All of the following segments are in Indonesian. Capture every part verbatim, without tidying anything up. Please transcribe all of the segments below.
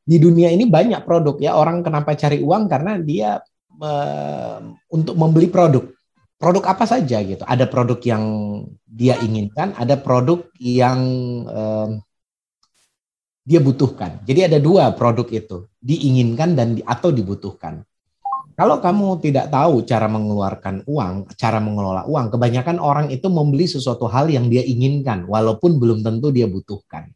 Di dunia ini banyak produk ya, orang kenapa cari uang karena dia uh, untuk membeli produk. Produk apa saja gitu. Ada produk yang dia inginkan, ada produk yang uh, dia butuhkan. Jadi ada dua produk itu, diinginkan dan atau dibutuhkan. Kalau kamu tidak tahu cara mengeluarkan uang, cara mengelola uang, kebanyakan orang itu membeli sesuatu hal yang dia inginkan, walaupun belum tentu dia butuhkan.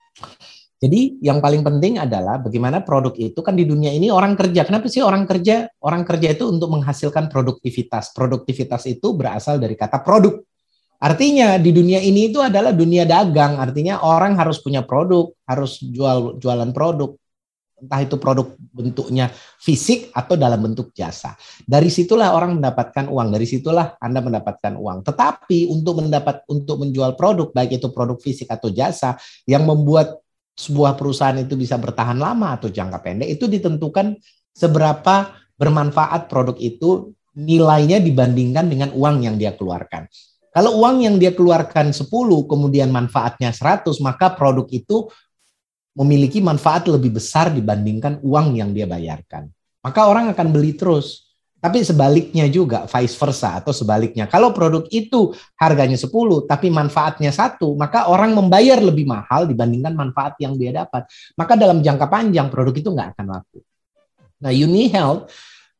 Jadi yang paling penting adalah bagaimana produk itu kan di dunia ini orang kerja. Kenapa sih orang kerja? Orang kerja itu untuk menghasilkan produktivitas. Produktivitas itu berasal dari kata produk. Artinya di dunia ini itu adalah dunia dagang. Artinya orang harus punya produk, harus jual jualan produk. Entah itu produk bentuknya fisik atau dalam bentuk jasa. Dari situlah orang mendapatkan uang, dari situlah Anda mendapatkan uang. Tetapi untuk mendapat untuk menjual produk, baik itu produk fisik atau jasa, yang membuat sebuah perusahaan itu bisa bertahan lama atau jangka pendek, itu ditentukan seberapa bermanfaat produk itu nilainya dibandingkan dengan uang yang dia keluarkan. Kalau uang yang dia keluarkan sepuluh, kemudian manfaatnya seratus, maka produk itu memiliki manfaat lebih besar dibandingkan uang yang dia bayarkan. Maka orang akan beli terus. Tapi sebaliknya juga, vice versa atau sebaliknya. Kalau produk itu harganya sepuluh, tapi manfaatnya satu, maka orang membayar lebih mahal dibandingkan manfaat yang dia dapat. Maka dalam jangka panjang produk itu nggak akan laku. Nah, UniHealth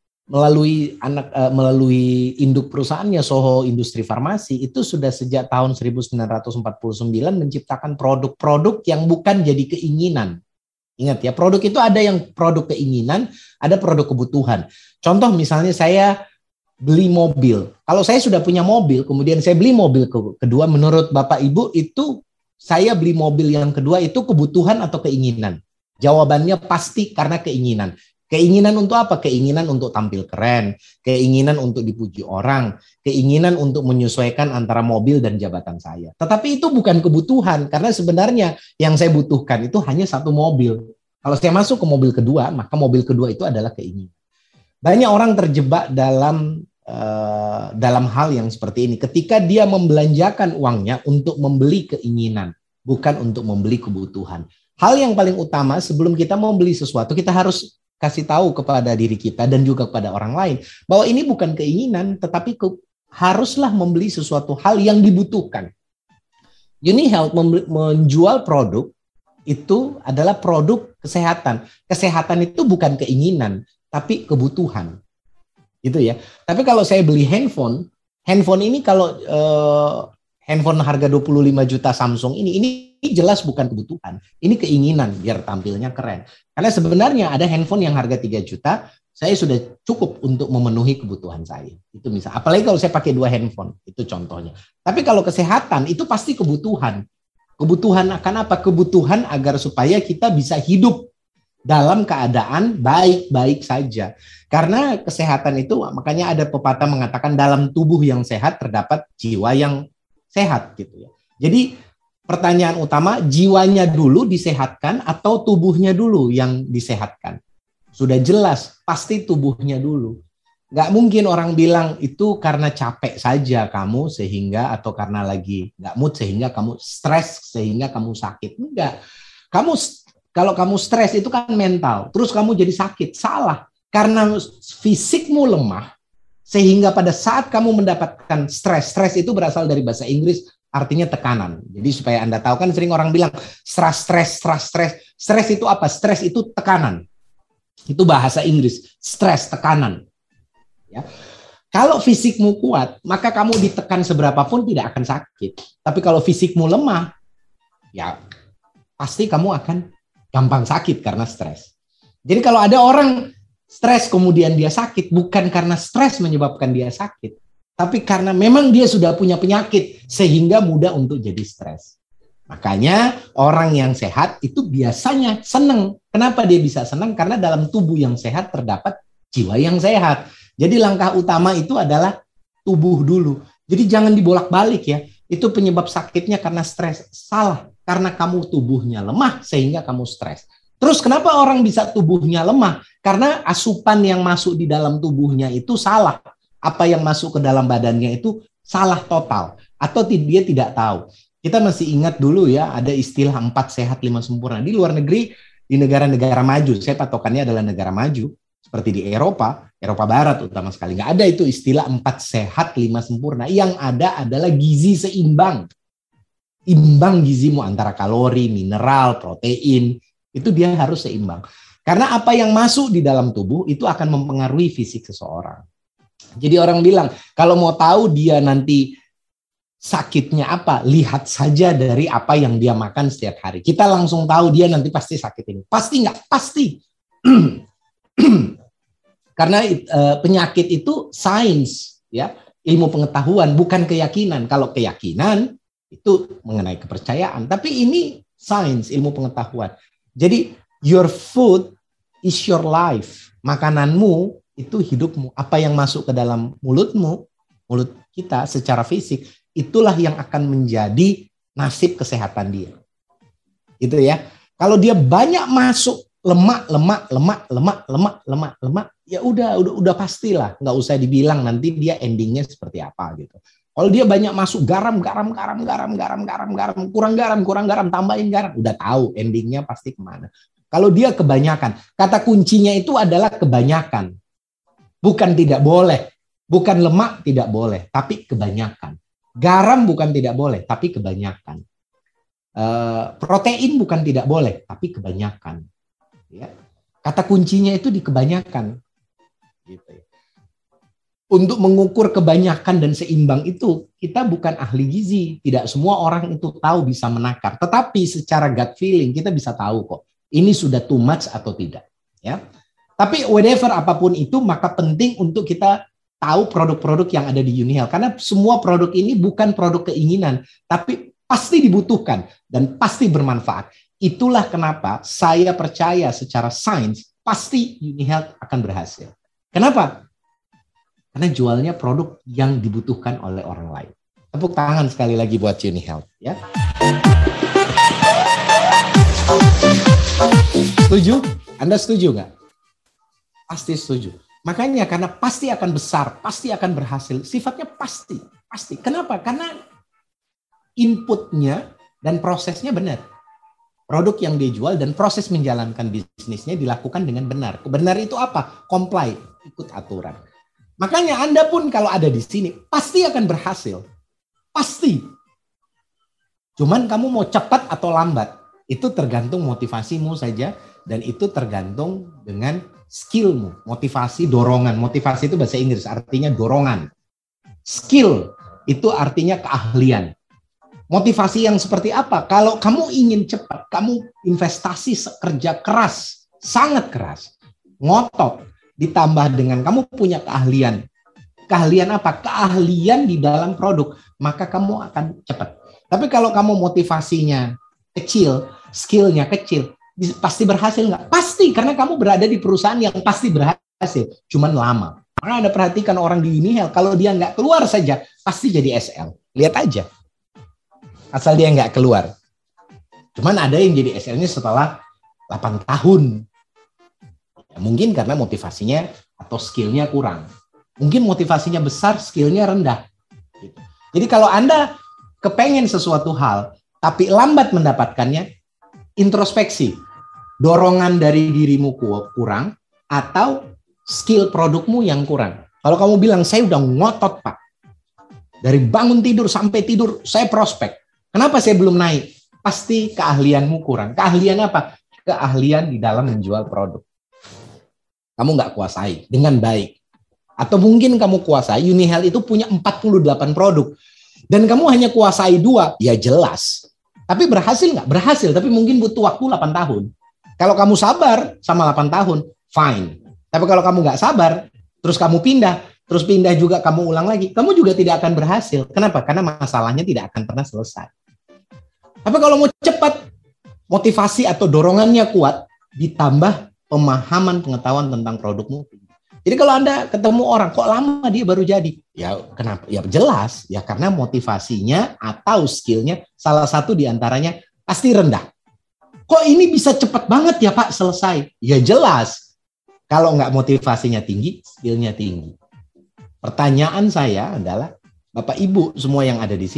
melalui anak uh, melalui induk perusahaannya Soho Industri Farmasi itu sudah sejak tahun seribu sembilan ratus empat puluh sembilan menciptakan produk-produk yang bukan jadi keinginan. Ingat ya, produk itu ada yang produk keinginan, ada produk kebutuhan. Contoh misalnya saya beli mobil. Kalau saya sudah punya mobil, kemudian saya beli mobil kedua, menurut Bapak Ibu itu saya beli mobil yang kedua itu kebutuhan atau keinginan? Jawabannya pasti karena keinginan. Keinginan untuk apa? Keinginan untuk tampil keren, keinginan untuk dipuji orang, keinginan untuk menyesuaikan antara mobil dan jabatan saya. Tetapi itu bukan kebutuhan, karena sebenarnya yang saya butuhkan itu hanya satu mobil. Kalau saya masuk ke mobil kedua, maka mobil kedua itu adalah keinginan. Banyak orang terjebak dalam uh, dalam hal yang seperti ini. Ketika dia membelanjakan uangnya untuk membeli keinginan, bukan untuk membeli kebutuhan. Hal yang paling utama sebelum kita mau beli sesuatu, kita harus kasih tahu kepada diri kita dan juga kepada orang lain bahwa ini bukan keinginan, tetapi ke, haruslah membeli sesuatu hal yang dibutuhkan. UniHealth menjual produk itu adalah produk kesehatan. Kesehatan itu bukan keinginan, tapi kebutuhan. Gitu ya. Tapi kalau saya beli handphone, handphone ini kalau eh, handphone harga dua puluh lima juta Samsung ini, ini jelas bukan kebutuhan. Ini keinginan biar tampilnya keren. Karena sebenarnya ada handphone yang harga tiga juta, saya sudah cukup untuk memenuhi kebutuhan saya. Itu misal. Apalagi kalau saya pakai dua handphone, itu contohnya. Tapi kalau kesehatan itu pasti kebutuhan. Kebutuhan akan apa? Kebutuhan agar supaya kita bisa hidup dalam keadaan baik-baik saja. Karena kesehatan itu, makanya ada pepatah mengatakan dalam tubuh yang sehat terdapat jiwa yang sehat gitu ya. Jadi pertanyaan utama, jiwanya dulu disehatkan atau tubuhnya dulu yang disehatkan? Sudah jelas, pasti tubuhnya dulu. Nggak mungkin orang bilang itu karena capek saja kamu sehingga, atau karena lagi nggak mood sehingga kamu stres sehingga kamu sakit. Enggak. Kamu kalau kamu stres itu kan mental, terus kamu jadi sakit. Salah. Karena fisikmu lemah sehingga pada saat kamu mendapatkan stres, stres itu berasal dari bahasa Inggris, artinya tekanan. Jadi supaya Anda tahu kan sering orang bilang stres, stres, stres, stres. Stres itu apa? Stres itu tekanan. Itu bahasa Inggris. Stres, tekanan. Ya. Kalau fisikmu kuat, maka kamu ditekan seberapapun tidak akan sakit. Tapi kalau fisikmu lemah, ya pasti kamu akan gampang sakit karena stres. Jadi kalau ada orang stres kemudian dia sakit, bukan karena stres menyebabkan dia sakit, tapi karena memang dia sudah punya penyakit sehingga mudah untuk jadi stres. Makanya orang yang sehat itu biasanya senang. Kenapa dia bisa senang? Karena dalam tubuh yang sehat terdapat jiwa yang sehat. Jadi langkah utama itu adalah tubuh dulu. Jadi jangan dibolak-balik ya. Itu penyebab sakitnya karena stres. Salah. Karena kamu tubuhnya lemah sehingga kamu stres. Terus kenapa orang bisa tubuhnya lemah? Karena asupan yang masuk di dalam tubuhnya itu salah. Apa yang masuk ke dalam badannya itu salah total. Atau dia tidak tahu. Kita masih ingat dulu ya, ada istilah empat sehat lima sempurna. Di luar negeri di negara-negara maju, saya patokannya adalah negara maju, seperti di Eropa, Eropa Barat utama sekali, nggak ada itu istilah empat sehat, lima sempurna. Yang ada adalah gizi seimbang. Imbang gizimu antara kalori, mineral, protein, itu dia harus seimbang. Karena apa yang masuk di dalam tubuh itu akan mempengaruhi fisik seseorang. Jadi orang bilang, kalau mau tahu dia nanti sakitnya apa, lihat saja dari apa yang dia makan setiap hari. Kita langsung tahu dia nanti pasti sakit ini. Pasti nggak? Pasti. Karena uh, penyakit itu sains, ya, ilmu pengetahuan, bukan keyakinan. Kalau keyakinan itu mengenai kepercayaan, tapi ini sains, ilmu pengetahuan. Jadi your food is your life. Makananmu itu hidupmu. Apa yang masuk ke dalam mulutmu, mulut kita secara fisik, itulah yang akan menjadi nasib kesehatan dia. Itu ya. Kalau dia banyak masuk lemak, lemak, lemak, lemak, lemak, lemak, lemak, ya udah, udah, udah pastilah. Nggak usah dibilang nanti dia endingnya seperti apa gitu. Kalau dia banyak masuk garam, garam, garam, garam, garam, garam, garam, kurang garam, kurang garam, tambahin garam, udah tahu endingnya pasti kemana. Kalau dia kebanyakan, kata kuncinya itu adalah kebanyakan. Bukan tidak boleh, bukan lemak tidak boleh, tapi kebanyakan. Garam bukan tidak boleh, tapi kebanyakan. Uh, protein bukan tidak boleh, tapi kebanyakan. Ya. Kata kuncinya itu di kebanyakan. Gitu ya. Untuk mengukur kebanyakan dan seimbang itu, kita bukan ahli gizi. Tidak semua orang itu tahu bisa menakar. Tetapi secara gut feeling kita bisa tahu kok. Ini sudah too much atau tidak. Ya. Tapi whatever apapun itu, maka penting untuk kita tahu produk-produk yang ada di UniHealth. Karena semua produk ini bukan produk keinginan, tapi pasti dibutuhkan dan pasti bermanfaat. Itulah kenapa saya percaya secara sains pasti UniHealth akan berhasil. Kenapa? Karena jualnya produk yang dibutuhkan oleh orang lain. Tepuk tangan sekali lagi buat UniHealth. Ya. Setuju? Anda setuju nggak? Pasti setuju. Makanya karena pasti akan besar, pasti akan berhasil. Sifatnya pasti. Pasti. Kenapa? Karena inputnya dan prosesnya benar. Produk yang dijual dan proses menjalankan bisnisnya dilakukan dengan benar. Benar itu apa? Comply, ikut aturan. Makanya Anda pun kalau ada di sini pasti akan berhasil. Pasti. Cuman kamu mau cepat atau lambat. Itu tergantung motivasimu saja dan itu tergantung dengan skillmu. Motivasi, dorongan. Motivasi itu bahasa Inggris artinya dorongan. Skill itu artinya keahlian. Motivasi yang seperti apa? Kalau kamu ingin cepat, kamu investasi kerja keras, sangat keras, ngotot, ditambah dengan kamu punya keahlian. Keahlian apa? Keahlian di dalam produk, maka kamu akan cepat. Tapi kalau kamu motivasinya kecil, skillnya kecil, pasti berhasil nggak? Pasti, karena kamu berada di perusahaan yang pasti berhasil, cuman lama. Karena Anda perhatikan orang di UniHealth, kalau dia nggak keluar saja, pasti jadi S L. Lihat aja. Asal dia nggak keluar. Cuman ada yang jadi S L-nya setelah delapan tahun. Ya, mungkin karena motivasinya atau skillnya kurang. Mungkin motivasinya besar, skillnya rendah. Gitu. Jadi kalau Anda kepengen sesuatu hal, tapi lambat mendapatkannya, introspeksi. Dorongan dari dirimu kurang, atau skill produkmu yang kurang. Kalau kamu bilang, saya udah ngotot Pak. Dari bangun tidur sampai tidur, saya prospek. Kenapa saya belum naik? Pasti keahlianmu kurang. Keahlian apa? Keahlian di dalam menjual produk. Kamu nggak kuasai dengan baik. Atau mungkin kamu kuasai, UniHealth itu punya empat puluh delapan produk. Dan kamu hanya kuasai dua, ya jelas. Tapi berhasil nggak? Berhasil, tapi mungkin butuh waktu delapan tahun. Kalau kamu sabar sama delapan tahun, fine. Tapi kalau kamu nggak sabar, terus kamu pindah, terus pindah juga kamu ulang lagi, kamu juga tidak akan berhasil. Kenapa? Karena masalahnya tidak akan pernah selesai. Tapi kalau mau cepat, motivasi atau dorongannya kuat, ditambah pemahaman pengetahuan tentang produkmu. Jadi kalau Anda ketemu orang, kok lama dia baru jadi? Ya kenapa? Ya jelas, ya karena motivasinya atau skillnya salah satu diantaranya pasti rendah. Kok ini bisa cepat banget ya Pak selesai? Ya jelas, kalau nggak motivasinya tinggi, skillnya tinggi. Pertanyaan saya adalah, Bapak Ibu semua yang ada di sini,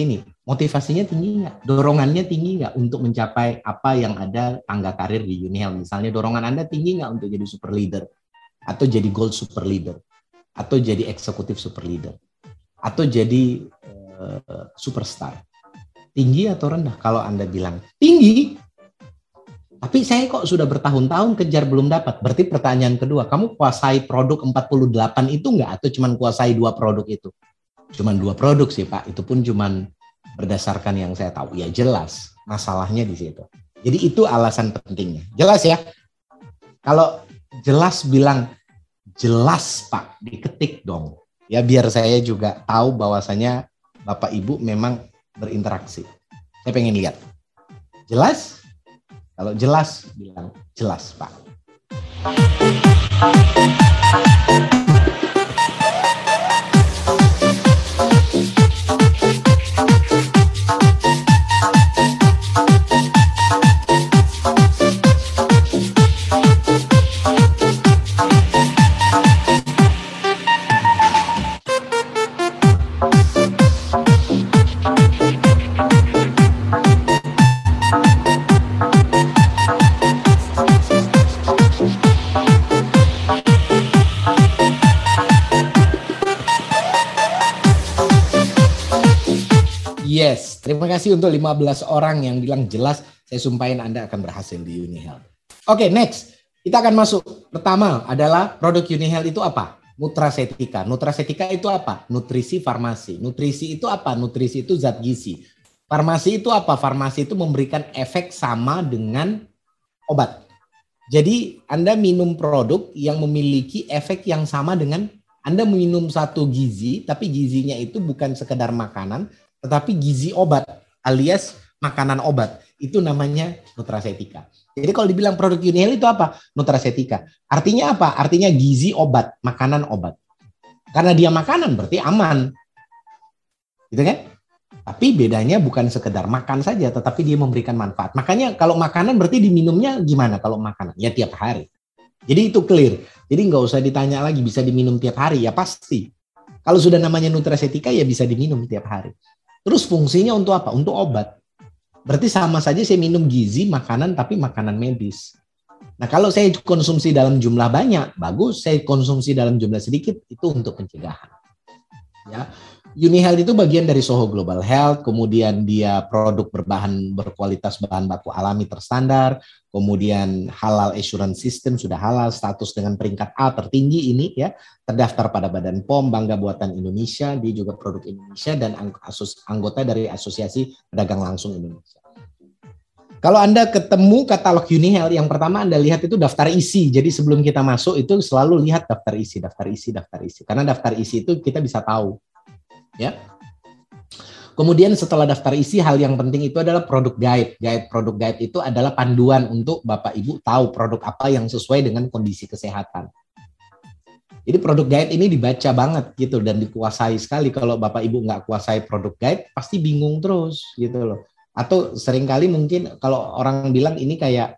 motivasinya tinggi nggak? Dorongannya tinggi nggak untuk mencapai apa yang ada tangga karir di Unihealth? Misalnya dorongan Anda tinggi nggak untuk jadi super leader? Atau jadi gold super leader? Atau jadi eksekutif super leader? Atau jadi uh, superstar? Tinggi atau rendah? Kalau Anda bilang tinggi, tapi saya kok sudah bertahun-tahun kejar belum dapat. Berarti pertanyaan kedua, kamu kuasai produk empat puluh delapan itu nggak? Atau cuma kuasai dua produk itu? Cuman dua produk sih Pak, itu pun cuman berdasarkan yang saya tahu. Ya jelas, masalahnya di situ. Jadi itu alasan pentingnya. Jelas ya? Kalau jelas bilang, jelas Pak, diketik dong. Ya biar saya juga tahu bahwasanya Bapak Ibu memang berinteraksi. Saya pengen lihat. Jelas? Kalau jelas, bilang jelas, Pak. Yes, terima kasih untuk lima belas orang yang bilang jelas. Saya sumpahin Anda akan berhasil di Unihealth. Oke, okay, next. Kita akan masuk. Pertama adalah produk Unihealth itu apa? Nutracetika. Nutracetika itu apa? Nutrisi farmasi. Nutrisi itu apa? Nutrisi itu zat gizi. Farmasi itu apa? Farmasi itu memberikan efek sama dengan obat. Jadi Anda minum produk yang memiliki efek yang sama dengan Anda minum satu gizi, tapi gizinya itu bukan sekedar makanan, tetapi gizi obat alias makanan obat. Itu namanya nutracetika. Jadi kalau dibilang produk Unihealth itu apa? Nutracetika. Artinya apa? Artinya gizi obat, makanan obat. Karena dia makanan berarti aman. Gitu kan? Tapi bedanya bukan sekedar makan saja, tetapi dia memberikan manfaat. Makanya kalau makanan berarti diminumnya gimana kalau makanan? Ya tiap hari. Jadi itu clear. Jadi nggak usah ditanya lagi bisa diminum tiap hari. Ya pasti. Kalau sudah namanya nutracetika ya bisa diminum tiap hari. Terus fungsinya untuk apa? Untuk obat. Berarti sama saja saya minum gizi, makanan, tapi makanan medis. Nah kalau saya konsumsi dalam jumlah banyak, bagus. Saya konsumsi dalam jumlah sedikit, itu untuk pencegahan. Ya, Unihealth itu bagian dari Soho Global Health, kemudian dia produk berbahan berkualitas bahan baku alami terstandar, kemudian halal assurance system sudah halal, status dengan peringkat A tertinggi ini ya, terdaftar pada Badan P O M, bangga buatan Indonesia, dia juga produk Indonesia dan anggota dari Asosiasi Pedagang Langsung Indonesia. Kalau Anda ketemu katalog Unihealth, yang pertama Anda lihat itu daftar isi. Jadi sebelum kita masuk itu selalu lihat daftar isi, daftar isi, daftar isi. Karena daftar isi itu kita bisa tahu. Ya. Kemudian setelah daftar isi, hal yang penting itu adalah produk guide. Guide produk guide itu adalah panduan untuk Bapak Ibu tahu produk apa yang sesuai dengan kondisi kesehatan. Jadi produk guide ini dibaca banget gitu dan dikuasai sekali. Kalau Bapak Ibu nggak kuasai produk guide, pasti bingung terus gitu loh. Atau seringkali mungkin kalau orang bilang ini kayak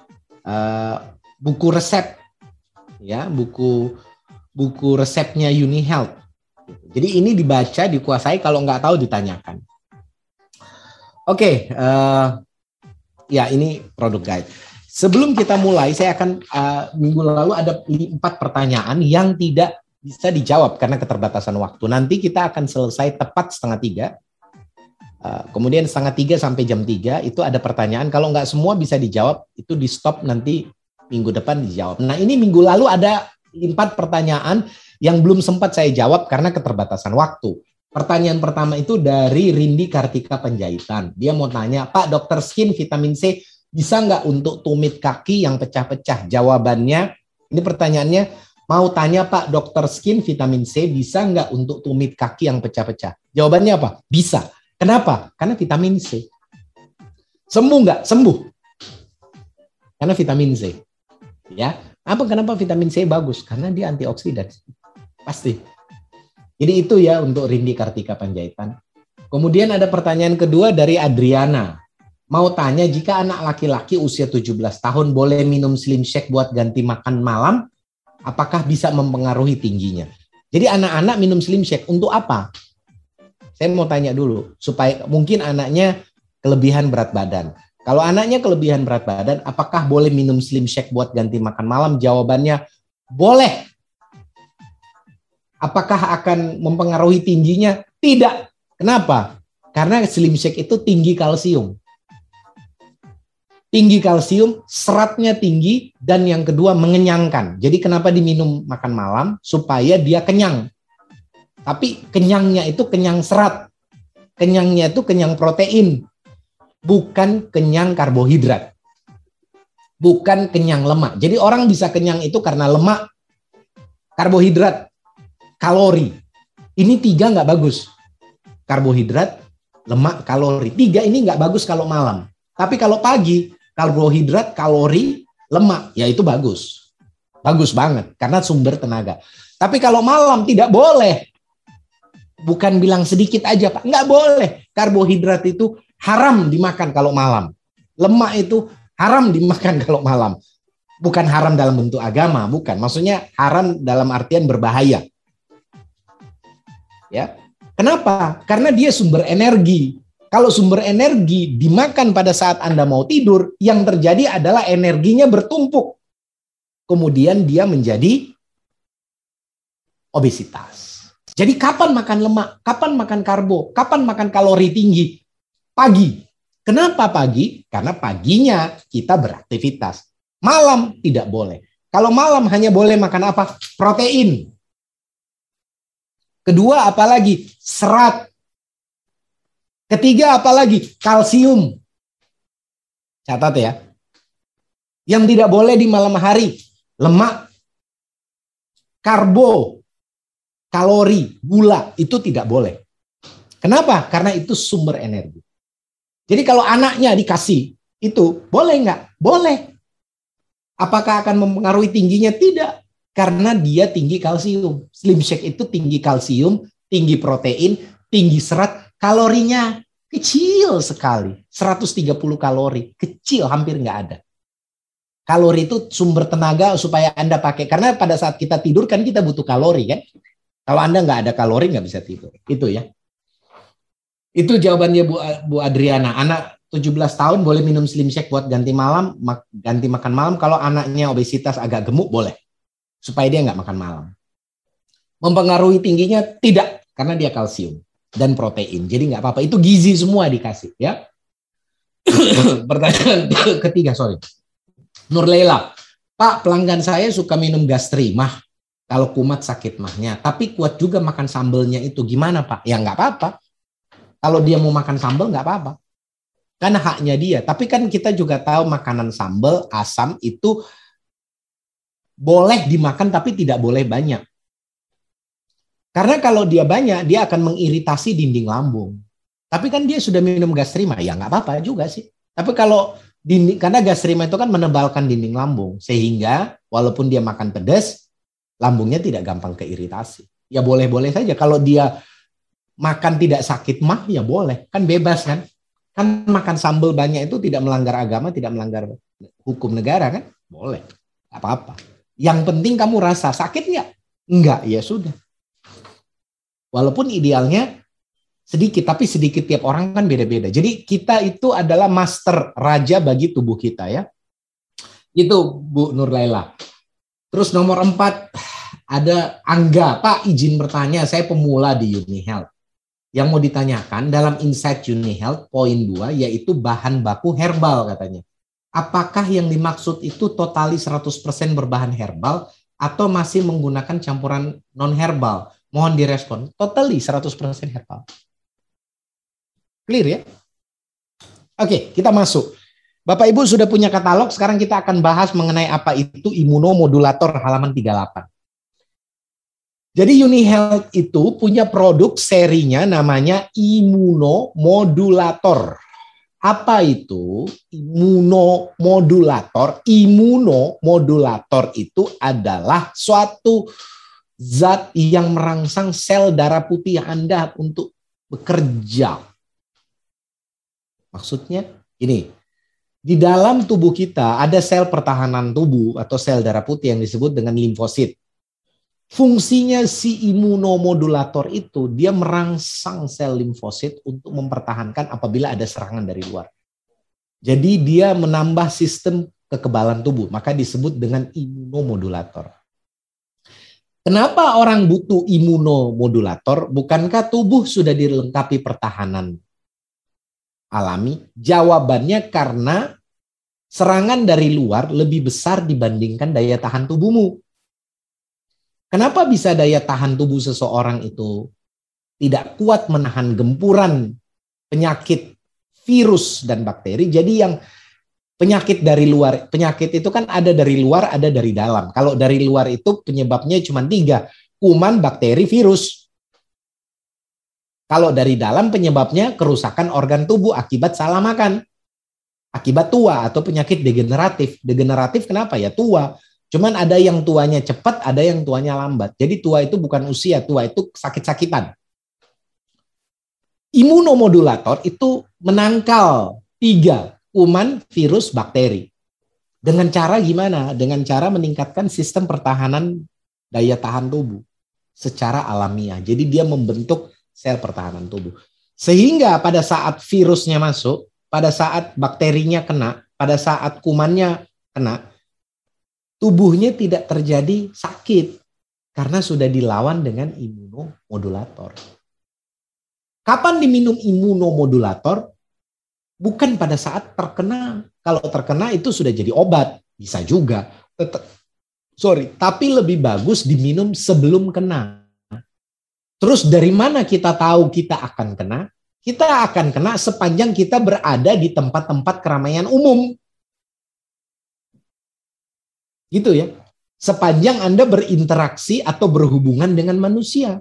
uh, buku resep, ya buku buku resepnya Unihealth. Jadi ini dibaca, dikuasai, kalau nggak tahu ditanyakan. Oke, okay, uh, ya ini produk guide. Sebelum kita mulai, saya akan uh, minggu lalu ada empat pertanyaan yang tidak bisa dijawab karena keterbatasan waktu. Nanti kita akan selesai tepat setengah tiga. Uh, kemudian setengah tiga sampai jam tiga itu ada pertanyaan. Kalau nggak semua bisa dijawab, itu di stop nanti minggu depan dijawab. Nah ini minggu lalu ada empat pertanyaan yang belum sempat saya jawab karena keterbatasan waktu. Pertanyaan pertama itu dari Rindi Kartika Penjahitan. Dia mau tanya, Pak dokter skin vitamin C bisa nggak untuk tumit kaki yang pecah-pecah? Jawabannya, ini pertanyaannya, mau tanya Pak dokter skin vitamin C bisa nggak untuk tumit kaki yang pecah-pecah? Jawabannya apa? Bisa. Kenapa? Karena vitamin C. Sembuh nggak? Sembuh. Karena vitamin C. Ya. Apa kenapa vitamin C bagus? Karena dia antioksidan. Pasti. Jadi itu ya untuk Rindi Kartika Panjaitan. Kemudian ada pertanyaan kedua dari Adriana. Mau tanya jika anak laki-laki usia tujuh belas tahun boleh minum Slim Shake buat ganti makan malam, apakah bisa mempengaruhi tingginya? Jadi anak-anak minum Slim Shake untuk apa? Saya mau tanya dulu, supaya mungkin anaknya kelebihan berat badan. Kalau anaknya kelebihan berat badan, apakah boleh minum Slim Shake buat ganti makan malam? Jawabannya boleh. Apakah akan mempengaruhi tingginya? Tidak. Kenapa? Karena Slim Shake itu tinggi kalsium. Tinggi kalsium, seratnya tinggi, dan yang kedua mengenyangkan. Jadi kenapa diminum makan malam? Supaya dia kenyang. Tapi kenyangnya itu kenyang serat. Kenyangnya itu kenyang protein. Bukan kenyang karbohidrat. Bukan kenyang lemak. Jadi orang bisa kenyang itu karena lemak, karbohidrat, kalori. Ini tiga nggak bagus. Karbohidrat, lemak, kalori. Tiga ini nggak bagus kalau malam. Tapi kalau pagi, karbohidrat, kalori, lemak, ya itu bagus. Bagus banget, karena sumber tenaga. Tapi kalau malam tidak boleh. Bukan bilang sedikit aja, Pak. Nggak boleh. Karbohidrat itu haram dimakan kalau malam. Lemak itu haram dimakan kalau malam. Bukan haram dalam bentuk agama, bukan. Maksudnya haram dalam artian berbahaya. Ya. Kenapa? Karena dia sumber energi. Kalau sumber energi dimakan pada saat Anda mau tidur, yang terjadi adalah energinya bertumpuk. Kemudian dia menjadi obesitas. Jadi kapan makan lemak? Kapan makan karbo? Kapan makan kalori tinggi? Pagi. Kenapa pagi? Karena paginya kita beraktivitas. Malam tidak boleh. Kalau malam hanya boleh makan apa? Protein. Kedua apalagi? Serat. Ketiga apalagi? Kalsium. Catat ya. Yang tidak boleh di malam hari. Lemak, karbo, kalori, gula. Itu tidak boleh. Kenapa? Karena itu sumber energi. Jadi kalau anaknya dikasih itu, boleh nggak? Boleh. Apakah akan mempengaruhi tingginya? Tidak. Karena dia tinggi kalsium. Slim Shake itu tinggi kalsium, tinggi protein, tinggi serat. Kalorinya kecil sekali, seratus tiga puluh kalori, kecil, hampir nggak ada. Kalori itu sumber tenaga supaya Anda pakai, karena pada saat kita tidur kan kita butuh kalori kan. Kalau Anda nggak ada kalori nggak bisa tidur, itu ya. Itu jawabannya Bu, Bu Adriana. Anak tujuh belas tahun boleh minum Slim Shake buat ganti malam, ganti makan malam. Kalau anaknya obesitas agak gemuk boleh, supaya dia nggak makan malam. Mempengaruhi tingginya tidak, karena dia kalsium dan protein. Jadi nggak apa-apa. Itu gizi semua dikasih ya. Pertanyaan ketiga, sorry. Nur Leila. Pak, pelanggan saya suka minum gastri, mah. Kalau kumat sakit mahnya. Tapi kuat juga makan sambelnya itu. Gimana Pak? Ya nggak apa-apa. Kalau dia mau makan sambel nggak apa-apa. Kan haknya dia. Tapi kan kita juga tahu makanan sambel, asam itu boleh dimakan tapi tidak boleh banyak. Karena kalau dia banyak, dia akan mengiritasi dinding lambung. Tapi kan dia sudah minum gastrima, ya nggak apa-apa juga sih. Tapi kalau dinding, karena gastrima itu kan menebalkan dinding lambung, sehingga walaupun dia makan pedas, lambungnya tidak gampang keiritasi. Ya boleh-boleh saja. Kalau dia makan tidak sakit mah, ya boleh. Kan bebas kan. Kan makan sambal banyak itu tidak melanggar agama, tidak melanggar hukum negara kan. Boleh. Nggak apa-apa. Yang penting kamu rasa sakit nggak? Enggak, ya sudah. Walaupun idealnya sedikit, tapi sedikit tiap orang kan beda-beda. Jadi kita itu adalah master raja bagi tubuh kita ya. Itu Bu Nur Laila. Terus nomor empat ada Angga. Pak izin bertanya, saya pemula di Uni Health. Yang mau ditanyakan dalam Insight Uni Health poin dua yaitu bahan baku herbal katanya. Apakah yang dimaksud itu totali seratus persen berbahan herbal atau masih menggunakan campuran non herbal? Mohon direspon. Totally seratus persen herbal. Clear ya? Oke, kita masuk. Bapak Ibu sudah punya katalog, sekarang kita akan bahas mengenai apa itu imunomodulator halaman tiga puluh delapan. Jadi Uni Health itu punya produk serinya namanya imunomodulator. Apa itu imunomodulator? Imunomodulator itu adalah suatu zat yang merangsang sel darah putih Anda untuk bekerja. Maksudnya ini, di dalam tubuh kita ada sel pertahanan tubuh atau sel darah putih yang disebut dengan limfosit. Fungsinya si imunomodulator itu, dia merangsang sel limfosit untuk mempertahankan apabila ada serangan dari luar. Jadi dia menambah sistem kekebalan tubuh, maka disebut dengan imunomodulator. Kenapa orang butuh imunomodulator? Bukankah tubuh sudah dilengkapi pertahanan alami? Jawabannya karena serangan dari luar lebih besar dibandingkan daya tahan tubuhmu. Kenapa bisa daya tahan tubuh seseorang itu tidak kuat menahan gempuran penyakit virus dan bakteri? Jadi yang penyakit dari luar, penyakit itu kan ada dari luar, ada dari dalam. Kalau dari luar itu penyebabnya cuma tiga, kuman, bakteri, virus. Kalau dari dalam penyebabnya kerusakan organ tubuh akibat salah makan, akibat tua atau penyakit degeneratif. Degeneratif kenapa ya? Tua. Cuman ada yang tuanya cepat, ada yang tuanya lambat. Jadi tua itu bukan usia, tua itu sakit-sakitan. Imunomodulator itu menangkal tiga, kuman, virus, bakteri. Dengan cara gimana? Dengan cara meningkatkan sistem pertahanan daya tahan tubuh secara alamiah. Jadi dia membentuk sel pertahanan tubuh. Sehingga pada saat virusnya masuk, pada saat bakterinya kena, pada saat kumannya kena, tubuhnya tidak terjadi sakit karena sudah dilawan dengan imunomodulator. Kapan diminum imunomodulator? Bukan pada saat terkena. Kalau terkena itu sudah jadi obat, bisa juga. Sorry, tapi lebih bagus diminum sebelum kena. Terus dari mana kita tahu kita akan kena? Kita akan kena sepanjang kita berada di tempat-tempat keramaian umum. Gitu ya. Sepanjang Anda berinteraksi atau berhubungan dengan manusia.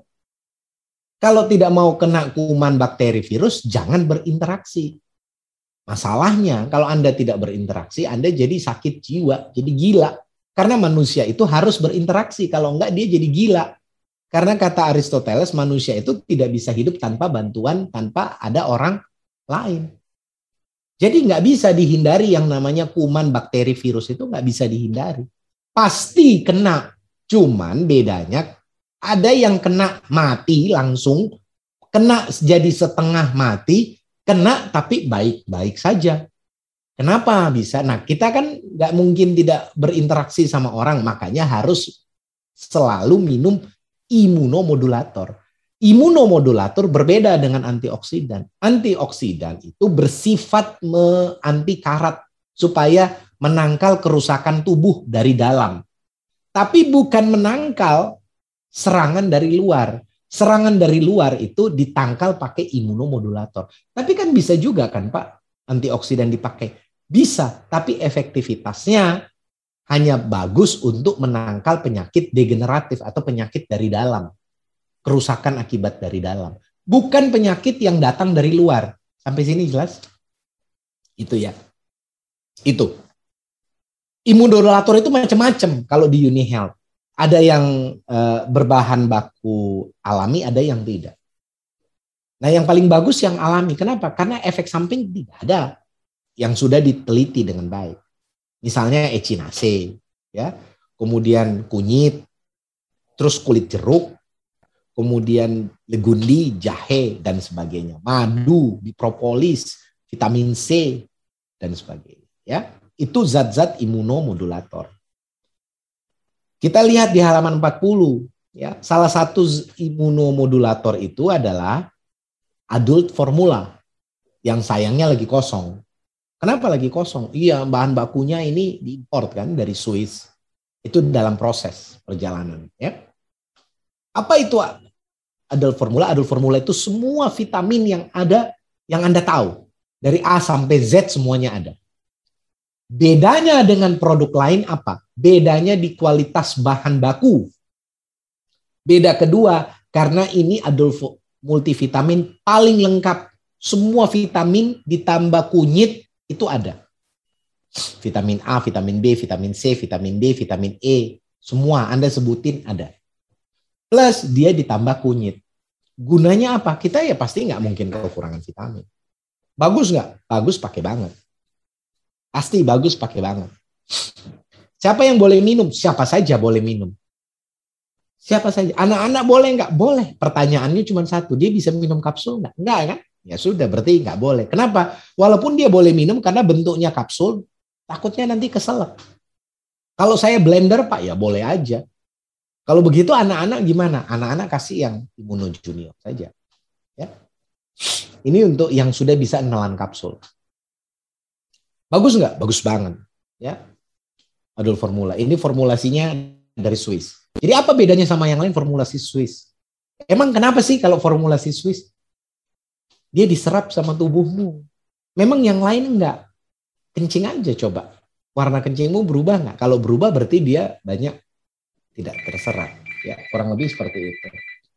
Kalau tidak mau kena kuman, bakteri, virus, jangan berinteraksi. Masalahnya kalau Anda tidak berinteraksi, Anda jadi sakit jiwa, jadi gila. Karena manusia itu harus berinteraksi, kalau enggak dia jadi gila. Karena kata Aristoteles, manusia itu tidak bisa hidup tanpa bantuan, tanpa ada orang lain. Jadi nggak bisa dihindari yang namanya kuman, bakteri, virus itu nggak bisa dihindari. Pasti kena, cuman bedanya ada yang kena mati langsung, kena jadi setengah mati, kena tapi baik-baik saja. Kenapa bisa? Nah kita kan nggak mungkin tidak berinteraksi sama orang, makanya harus selalu minum imunomodulator. Imunomodulator berbeda dengan antioksidan. Antioksidan itu bersifat anti karat supaya menangkal kerusakan tubuh dari dalam. Tapi bukan menangkal serangan dari luar. Serangan dari luar itu ditangkal pakai imunomodulator. Tapi kan bisa juga kan Pak, antioksidan dipakai. Bisa, tapi efektivitasnya hanya bagus untuk menangkal penyakit degeneratif atau penyakit dari dalam. Kerusakan akibat dari dalam. Bukan penyakit yang datang dari luar. Sampai sini jelas? Itu ya. Itu. Imunomodulator itu macam-macam kalau di UniHealth. Ada yang e, berbahan baku alami, ada yang tidak. Nah yang paling bagus yang alami. Kenapa? Karena efek samping tidak ada. Yang sudah diteliti dengan baik. Misalnya echinacea, ya, kemudian kunyit, terus kulit jeruk, kemudian legundi, jahe, dan sebagainya. Madu, bipropolis, vitamin C, dan sebagainya. Ya, itu zat-zat imunomodulator. Kita lihat di halaman empat puluh. Ya, salah satu imunomodulator itu adalah adult formula, yang sayangnya lagi kosong. Kenapa lagi kosong? Iya, bahan bakunya ini diimport kan dari Swiss. Itu dalam proses perjalanan. Ya. Apa itu adult formula? Adult formula itu semua vitamin yang ada, yang Anda tahu. Dari A sampai Z semuanya ada. Bedanya dengan produk lain apa? Bedanya di kualitas bahan baku. Beda kedua, karena ini adult multivitamin paling lengkap. Semua vitamin ditambah kunyit, itu ada. Vitamin A, vitamin B, vitamin C, vitamin D, vitamin E. Semua Anda sebutin ada. Plus dia ditambah kunyit. Gunanya apa? Kita ya pasti nggak mungkin kekurangan vitamin. Bagus nggak? Bagus pakai banget. Pasti bagus pakai banget. Siapa yang boleh minum? Siapa saja boleh minum. Siapa saja. Anak-anak boleh nggak? Boleh. Pertanyaannya cuma satu, dia bisa minum kapsul nggak? Nggak kan? Ya sudah, berarti nggak boleh. Kenapa? Walaupun dia boleh minum karena bentuknya kapsul, takutnya nanti keselak. Kalau saya blender Pak, ya boleh aja. Kalau begitu anak-anak gimana? Anak-anak kasih yang Immuno Junior saja. Ya. Ini untuk yang sudah bisa nelan kapsul. Bagus nggak? Bagus banget. Ya. Adult Formula. Ini formulasinya dari Swiss. Jadi apa bedanya sama yang lain formulasi Swiss? Emang kenapa sih kalau formulasi Swiss? Dia diserap sama tubuhmu. Memang yang lain enggak. Kencing aja coba. Warna kencingmu berubah nggak? Kalau berubah berarti dia banyak tidak terserap. Ya, kurang lebih seperti itu.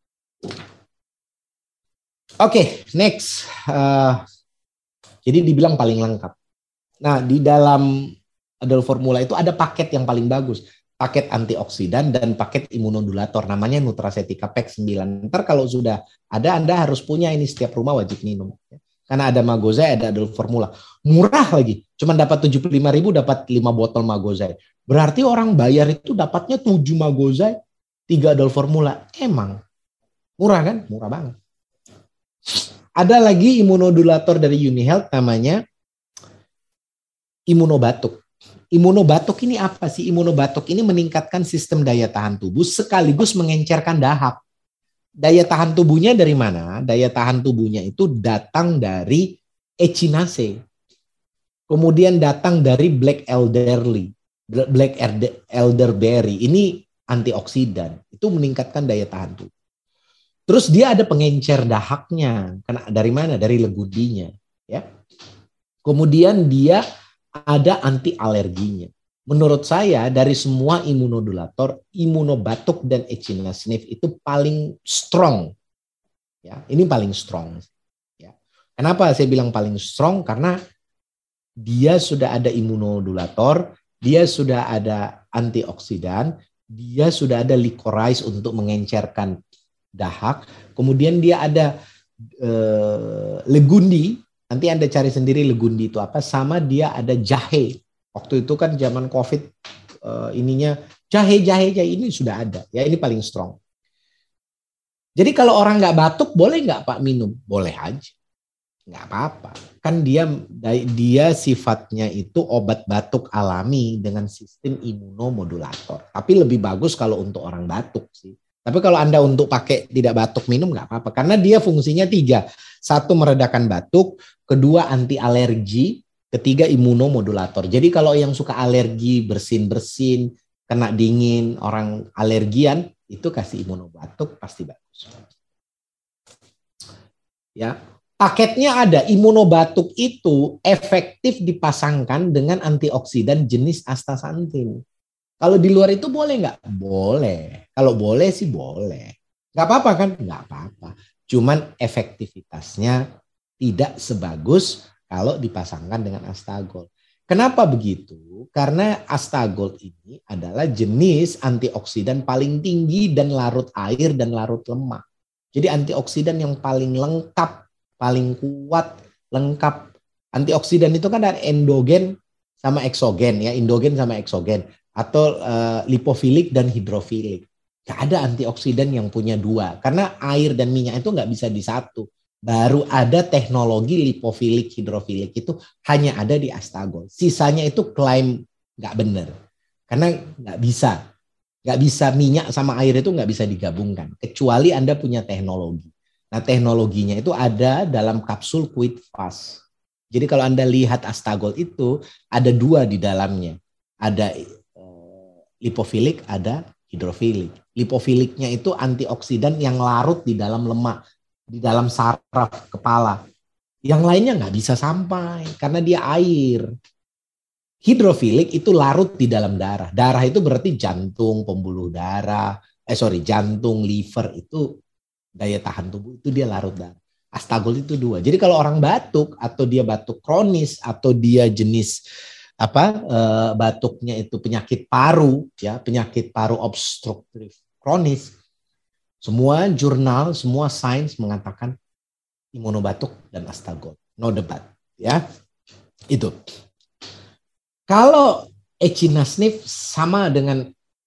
Oke, okay, next. Uh, jadi dibilang paling lengkap. Nah, di dalam Adult Formula itu ada paket yang paling bagus. Paket antioksidan dan paket imunodulator. Namanya Nutraceutical Pack sembilan. Ntar kalau sudah ada, Anda harus punya ini, setiap rumah wajib minum. Karena ada Magozai, ada Adult Formula. Murah lagi. Cuma dapat tujuh puluh lima ribu, dapat lima botol Magozai. Berarti orang bayar itu dapatnya tujuh Magozai, tiga Adult Formula. Emang murah kan? Murah banget. Ada lagi imunodulator dari UniHealth namanya Imunobatuk. Imunobatuk ini apa sih? Imunobatuk ini meningkatkan sistem daya tahan tubuh sekaligus mengencerkan dahak. Daya tahan tubuhnya dari mana? Daya tahan tubuhnya itu datang dari Echinacea. Kemudian datang dari Black Elderly. Black Elderberry. Ini antioksidan. Itu meningkatkan daya tahan tubuh. Terus dia ada pengencer dahaknya. Karena dari mana? Dari legundinya. Ya. Kemudian dia ada anti alerginya. Menurut saya dari semua imunodulator, Imunobatuk dan Echinacea itu paling strong. Ya, ini paling strong. Ya. Kenapa saya bilang paling strong? Karena dia sudah ada imunodulator, dia sudah ada antioksidan, dia sudah ada licorice untuk mengencerkan dahak, kemudian dia ada eh, legundi. Nanti Anda cari sendiri legundi itu apa, sama dia ada jahe. Waktu itu kan zaman COVID eh, ininya jahe, jahe, jahe ini sudah ada. Ya ini paling strong. Jadi kalau orang nggak batuk boleh nggak Pak minum? Boleh aja. Nggak apa-apa. Kan dia dia sifatnya itu obat batuk alami dengan sistem imunomodulator. Tapi lebih bagus kalau untuk orang batuk sih. Tapi kalau Anda untuk pakai tidak batuk minum nggak apa-apa. Karena dia fungsinya tiga. Satu meredakan batuk, kedua anti alergi, ketiga imunomodulator. Jadi kalau yang suka alergi, bersin-bersin, kena dingin, orang alergian, itu kasih imunobatuk pasti bagus. Ya, paketnya ada. Imunobatuk itu efektif dipasangkan dengan antioksidan jenis astaxanthin. Kalau di luar itu boleh nggak? Boleh. Kalau boleh sih boleh. Nggak apa-apa kan? Nggak apa-apa. Cuman efektivitasnya tidak sebagus kalau dipasangkan dengan Astagol. Kenapa begitu? Karena Astagol ini adalah jenis antioksidan paling tinggi dan larut air dan larut lemak. Jadi antioksidan yang paling lengkap, paling kuat, lengkap. Antioksidan itu kan ada endogen sama eksogen ya, endogen sama eksogen. Atau uh, lipofilik dan hidrofilik. Gak ada antioksidan yang punya dua. Karena air dan minyak itu gak bisa di satu. Baru ada teknologi lipofilik, hidrofilik itu hanya ada di Astagol. Sisanya itu klaim gak benar. Karena gak bisa. Gak bisa minyak sama air itu gak bisa digabungkan. Kecuali Anda punya teknologi. Nah teknologinya itu ada dalam kapsul Quit Fast. Jadi kalau Anda lihat Astagol itu ada dua di dalamnya. Ada lipofilik, ada hidrofilik. Lipofiliknya itu antioksidan yang larut di dalam lemak, di dalam saraf kepala. Yang lainnya nggak bisa sampai karena dia air. Hidrofilik itu larut di dalam darah. Darah itu berarti jantung, pembuluh darah, eh sorry jantung, liver itu daya tahan tubuh itu dia larut darah. Astagol itu dua. Jadi kalau orang batuk atau dia batuk kronis atau dia jenis apa e, batuknya itu penyakit paru ya, penyakit paru obstruktif kronis, semua jurnal, semua sains mengatakan imunobatuk dan Astagol, no debat ya. Itu kalau Echinacea sama dengan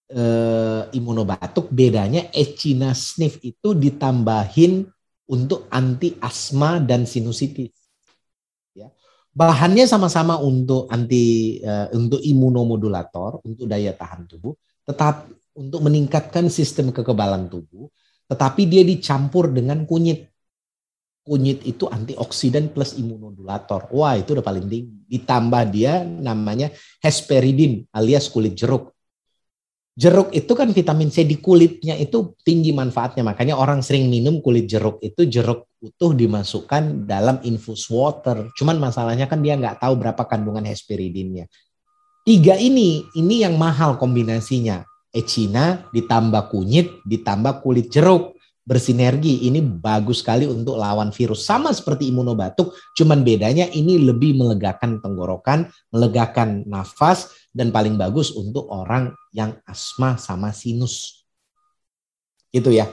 eh, imunobatuk, bedanya Echina Sniff itu ditambahin untuk anti asma dan sinusitis. Ya. Bahannya sama-sama untuk anti uh, untuk imunomodulator, untuk daya tahan tubuh, tetap untuk meningkatkan sistem kekebalan tubuh, tetapi dia dicampur dengan kunyit. Kunyit itu antioksidan plus imunomodulator. Wah, itu udah paling tinggi. Ditambah dia namanya hesperidin alias kulit jeruk. Jeruk itu kan vitamin C di kulitnya itu tinggi manfaatnya. Makanya orang sering minum kulit jeruk itu jeruk utuh dimasukkan dalam infus water. Cuman masalahnya kan dia nggak tahu berapa kandungan hesperidinnya. Tiga ini, ini yang mahal kombinasinya. Echina ditambah kunyit, ditambah kulit jeruk. Bersinergi, ini bagus sekali untuk lawan virus. Sama seperti imunobatuk, cuman bedanya ini lebih melegakan tenggorokan, melegakan nafas, dan paling bagus untuk orang yang asma sama sinus. Gitu ya.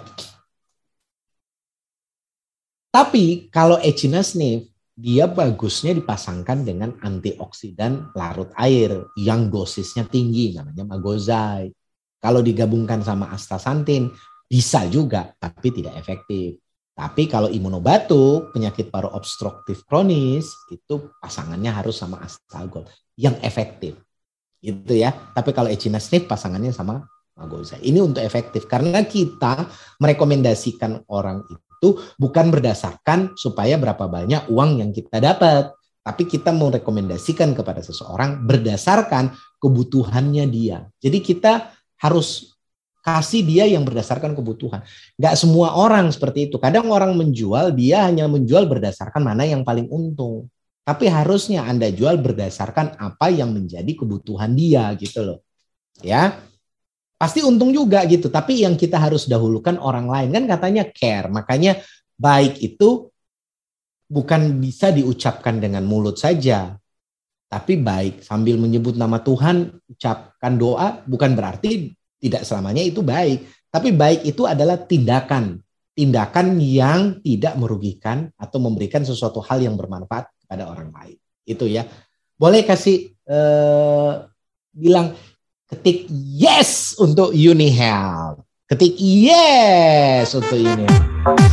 Tapi kalau Echina Sniff, dia bagusnya dipasangkan dengan antioksidan larut air yang dosisnya tinggi, namanya Magozai. Kalau digabungkan sama astaxanthin, bisa juga, tapi tidak efektif. Tapi kalau imunobatuk, penyakit paru obstruktif kronis, itu pasangannya harus sama Astalgol yang efektif. Gitu ya. Tapi kalau Echina Sniff pasangannya sama Magozai. Ini untuk efektif karena kita merekomendasikan orang itu bukan berdasarkan supaya berapa banyak uang yang kita dapat, tapi kita merekomendasikan kepada seseorang berdasarkan kebutuhannya dia. Jadi kita harus kasih dia yang berdasarkan kebutuhan. Nggak semua orang seperti itu. Kadang orang menjual, dia hanya menjual berdasarkan mana yang paling untung. Tapi harusnya Anda jual berdasarkan apa yang menjadi kebutuhan dia gitu loh. Ya, pasti untung juga gitu. Tapi yang kita harus dahulukan orang lain. Kan katanya care. Makanya baik itu bukan bisa diucapkan dengan mulut saja. Tapi baik sambil menyebut nama Tuhan, ucapkan doa, bukan berarti tidak selamanya itu baik. Tapi baik itu adalah tindakan. Tindakan yang tidak merugikan atau memberikan sesuatu hal yang bermanfaat kepada orang lain. Itu ya. Boleh kasih eh, bilang ketik yes untuk UniHealth. Ketik yes untuk UniHealth.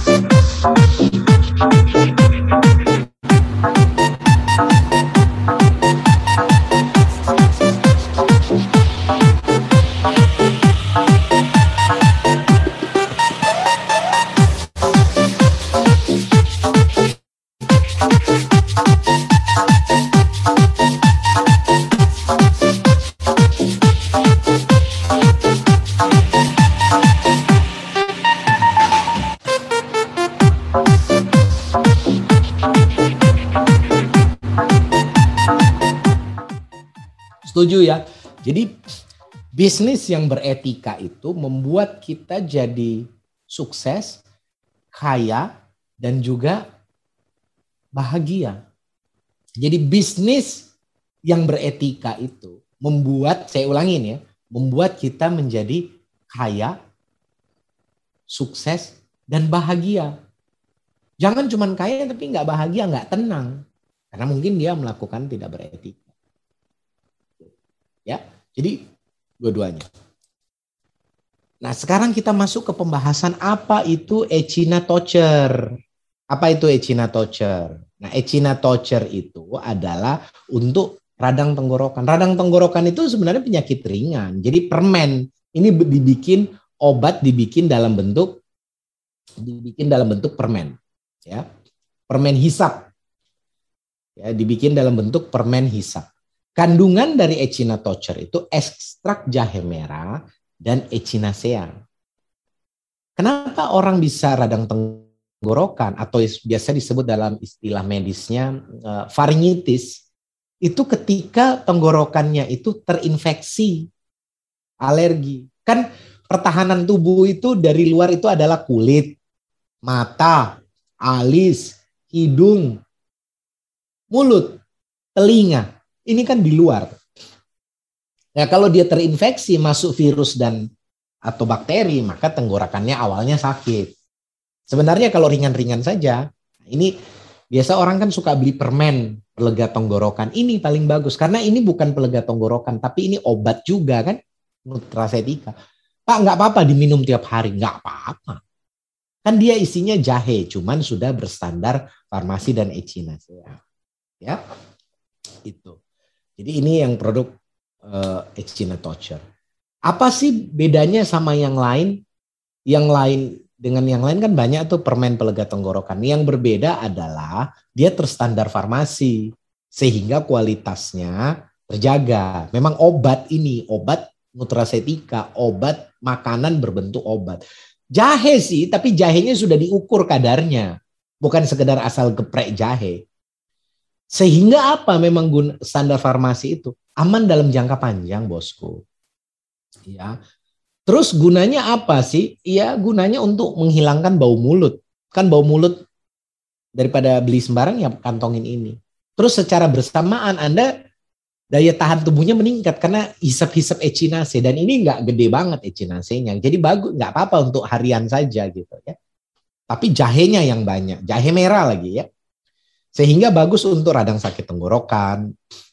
Setuju ya. Jadi bisnis yang beretika itu membuat kita jadi sukses, kaya, dan juga bahagia. Jadi bisnis yang beretika itu membuat, saya ulangin ya, membuat kita menjadi kaya, sukses, dan bahagia. Jangan cuma kaya tapi nggak bahagia, nggak tenang. Karena mungkin dia melakukan tidak beretika. Ya, jadi dua-duanya. Nah, sekarang kita masuk ke pembahasan apa itu Echina Tocher. Apa itu Echina Tocher? Nah, Echina Tocher itu adalah untuk radang tenggorokan. Radang tenggorokan itu sebenarnya penyakit ringan. Jadi permen ini dibikin obat dibikin dalam bentuk dibikin dalam bentuk permen, ya. Permen hisap. Ya, dibikin dalam bentuk permen hisap. Kandungan dari Echina Tocher itu ekstrak jahe merah dan Echinacea. Kenapa orang bisa radang tenggorokan atau biasa disebut dalam istilah medisnya uh, faringitis? Itu ketika tenggorokannya itu terinfeksi alergi. Kan pertahanan tubuh itu dari luar itu adalah kulit, mata, alis, hidung, mulut, telinga. Ini kan di luar. Nah, kalau dia terinfeksi masuk virus dan atau bakteri, maka tenggorokannya awalnya sakit. Sebenarnya kalau ringan-ringan saja, ini biasa orang kan suka beli permen pelega tenggorokan. Ini paling bagus karena ini bukan pelega tenggorokan, tapi ini obat juga kan. nutracetika. Pak, nggak apa-apa diminum tiap hari. Nggak apa-apa. Kan dia isinya jahe, cuman sudah berstandar farmasi dan echinacea. Ya, itu. Jadi ini yang produk uh, echinacea. Apa sih bedanya sama yang lain? Yang lain dengan yang lain kan banyak tuh permen pelega tenggorokan. Yang berbeda adalah dia terstandar farmasi sehingga kualitasnya terjaga. Memang obat ini, obat nutracetika, obat makanan berbentuk obat. Jahe sih, tapi jahenya sudah diukur kadarnya. Bukan sekedar asal geprek jahe. Sehingga apa memang guna, standar farmasi itu aman dalam jangka panjang, bosku. Ya. Terus gunanya apa sih? Ya gunanya untuk menghilangkan bau mulut. Kan bau mulut daripada beli sembarang ya kantongin ini. Terus secara bersamaan Anda daya tahan tubuhnya meningkat karena hisap-hisap echinacea, dan ini nggak gede banget echinacea-nya. Jadi bagus, nggak apa-apa untuk harian saja gitu ya. Tapi jahenya yang banyak, jahe merah lagi ya. Sehingga bagus untuk radang sakit tenggorokan,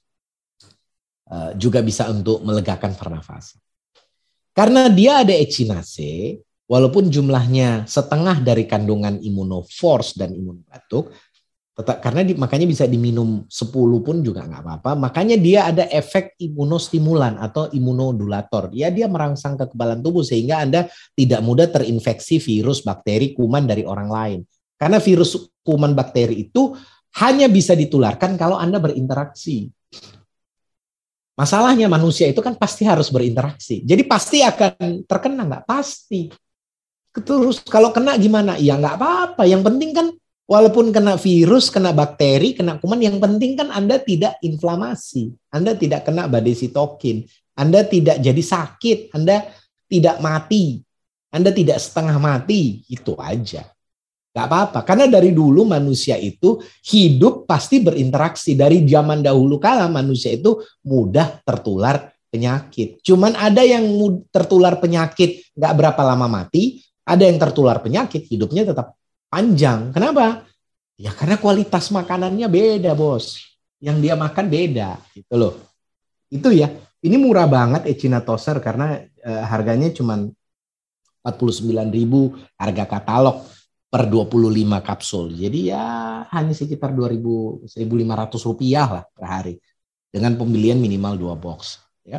juga bisa untuk melegakan pernafasan. Karena dia ada echinacea, walaupun jumlahnya setengah dari kandungan imunoforce dan imunobatuk, tetap, karena di, makanya bisa diminum sepuluh pun juga nggak apa-apa. Makanya dia ada efek imunostimulan atau imunodulator. Ya, dia merangsang kekebalan tubuh sehingga Anda tidak mudah terinfeksi virus, bakteri, kuman dari orang lain. Karena virus, kuman, bakteri itu hanya bisa ditularkan kalau Anda berinteraksi. Masalahnya manusia itu kan pasti harus berinteraksi. Jadi pasti akan terkena, nggak pasti. Terus kalau kena gimana? Ya nggak apa-apa. Yang penting kan walaupun kena virus, kena bakteri, kena kuman, yang penting kan Anda tidak inflamasi. Anda tidak kena badai sitokin. Anda tidak jadi sakit. Anda tidak mati. Anda tidak setengah mati. Itu aja. Gak apa-apa. Karena dari dulu manusia itu hidup pasti berinteraksi. Dari zaman dahulu kala manusia itu mudah tertular penyakit. Cuman ada yang tertular penyakit gak berapa lama mati. Ada yang tertular penyakit hidupnya tetap panjang. Kenapa? Ya karena kualitas makanannya beda, bos. Yang dia makan beda, gitu loh. Itu ya. Ini murah banget echinacea karena eh, harganya cuma empat puluh sembilan ribu harga katalog per dua puluh lima kapsul. Jadi ya hanya sekitar dua ribu, seribu lima ratus rupiah lah per hari. Dengan pembelian minimal dua box. Ya.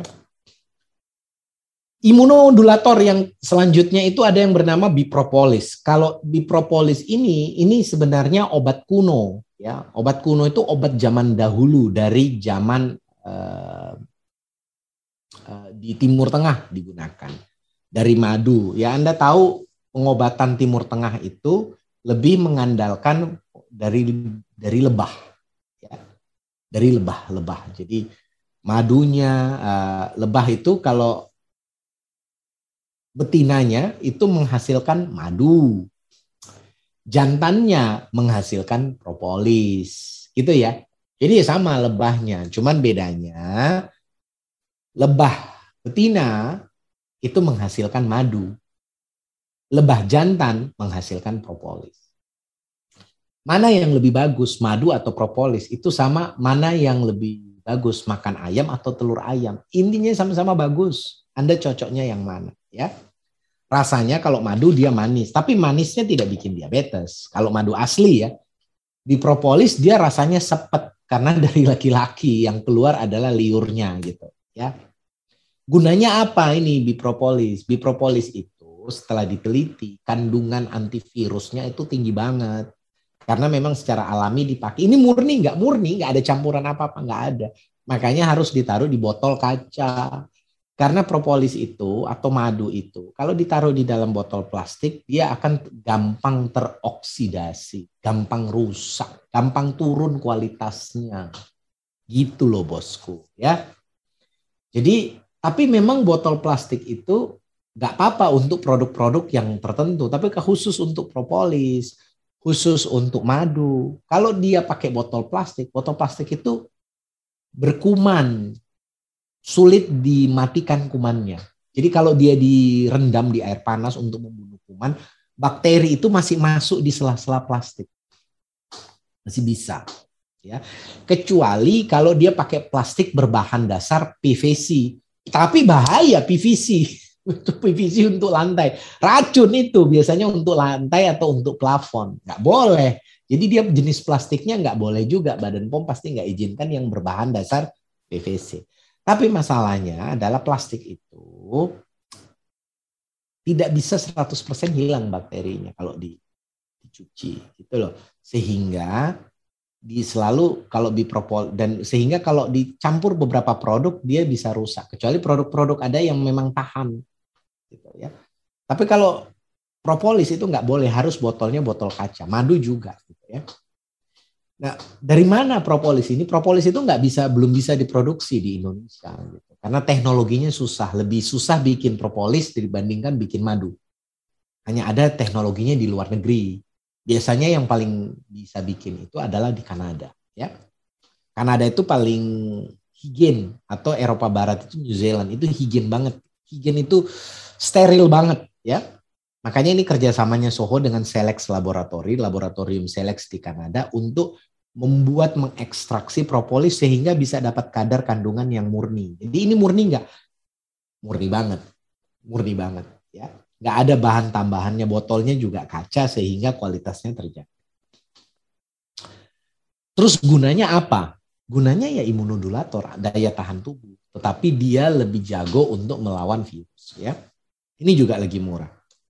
Imunodulator yang selanjutnya itu ada yang bernama bipropolis. Kalau bipropolis ini, ini sebenarnya obat kuno. Ya, obat kuno itu obat zaman dahulu dari zaman uh, uh, di Timur Tengah digunakan dari madu. Ya, Anda tahu pengobatan Timur Tengah itu lebih mengandalkan dari dari lebah. Ya, dari lebah-lebah. Jadi madunya uh, lebah itu kalau betinanya itu menghasilkan madu. Jantannya menghasilkan propolis. Gitu ya. Jadi sama lebahnya. Cuman bedanya lebah betina itu menghasilkan madu. Lebah jantan menghasilkan propolis. Mana yang lebih bagus, madu atau propolis? Itu sama mana yang lebih bagus, makan ayam atau telur ayam. Intinya sama-sama bagus. Anda cocoknya yang mana? Ya. Rasanya kalau madu dia manis, tapi manisnya tidak bikin diabetes. Kalau madu asli ya, di propolis dia rasanya sepet karena dari laki-laki yang keluar adalah liurnya gitu. Ya, gunanya apa ini bipropolis? Bipropolis itu setelah diteliti kandungan antivirusnya itu tinggi banget karena memang secara alami dipakai. Ini murni nggak murni, nggak ada campuran apa-apa, nggak ada. Makanya harus ditaruh di botol kaca. Karena propolis itu atau madu itu kalau ditaruh di dalam botol plastik dia akan gampang teroksidasi, gampang rusak, gampang turun kualitasnya. Gitu loh bosku ya. Jadi tapi memang botol plastik itu nggak apa-apa untuk produk-produk yang tertentu, tapi khusus untuk propolis, khusus untuk madu. Kalau dia pakai botol plastik, botol plastik itu berkuman. Sulit dimatikan kumannya. Jadi kalau dia direndam di air panas untuk membunuh kuman, bakteri itu masih masuk di sela-sela plastik. Masih bisa. Ya. Kecuali kalau dia pakai plastik berbahan dasar P V C. Tapi bahaya P V C. Untuk P V C untuk lantai. Racun itu biasanya untuk lantai atau untuk plafon. Nggak boleh. Jadi dia jenis plastiknya nggak boleh juga. Badan P O M pasti nggak izinkan yang berbahan dasar P V C. Tapi masalahnya adalah plastik itu tidak bisa seratus persen hilang bakterinya kalau dicuci. Gitu loh. Sehingga di selalu kalau bipropol dan sehingga kalau dicampur beberapa produk dia bisa rusak kecuali produk-produk ada yang memang tahan gitu ya. Tapi kalau propolis itu nggak boleh, harus botolnya botol kaca, madu juga gitu ya. Nah, dari mana propolis ini? Propolis itu nggak bisa belum bisa diproduksi di Indonesia gitu. Karena teknologinya susah, lebih susah bikin propolis dibandingkan bikin madu. Hanya ada teknologinya di luar negeri. Biasanya yang paling bisa bikin itu adalah di Kanada, ya. Kanada itu paling higien, atau Eropa Barat itu New Zealand itu higien banget. Higien itu steril banget, ya. Makanya ini kerjasamanya Soho dengan Selex Laboratory, laboratorium Selex di Kanada untuk membuat mengekstraksi propolis sehingga bisa dapat kadar kandungan yang murni. Jadi ini murni nggak? Murni banget, murni banget, ya. Nggak ada bahan tambahannya, botolnya juga kaca sehingga kualitasnya terjaga. Terus gunanya apa? Gunanya ya imunodulator, daya tahan tubuh. Tetapi dia lebih jago untuk melawan virus. Ya, ini juga lagi murah.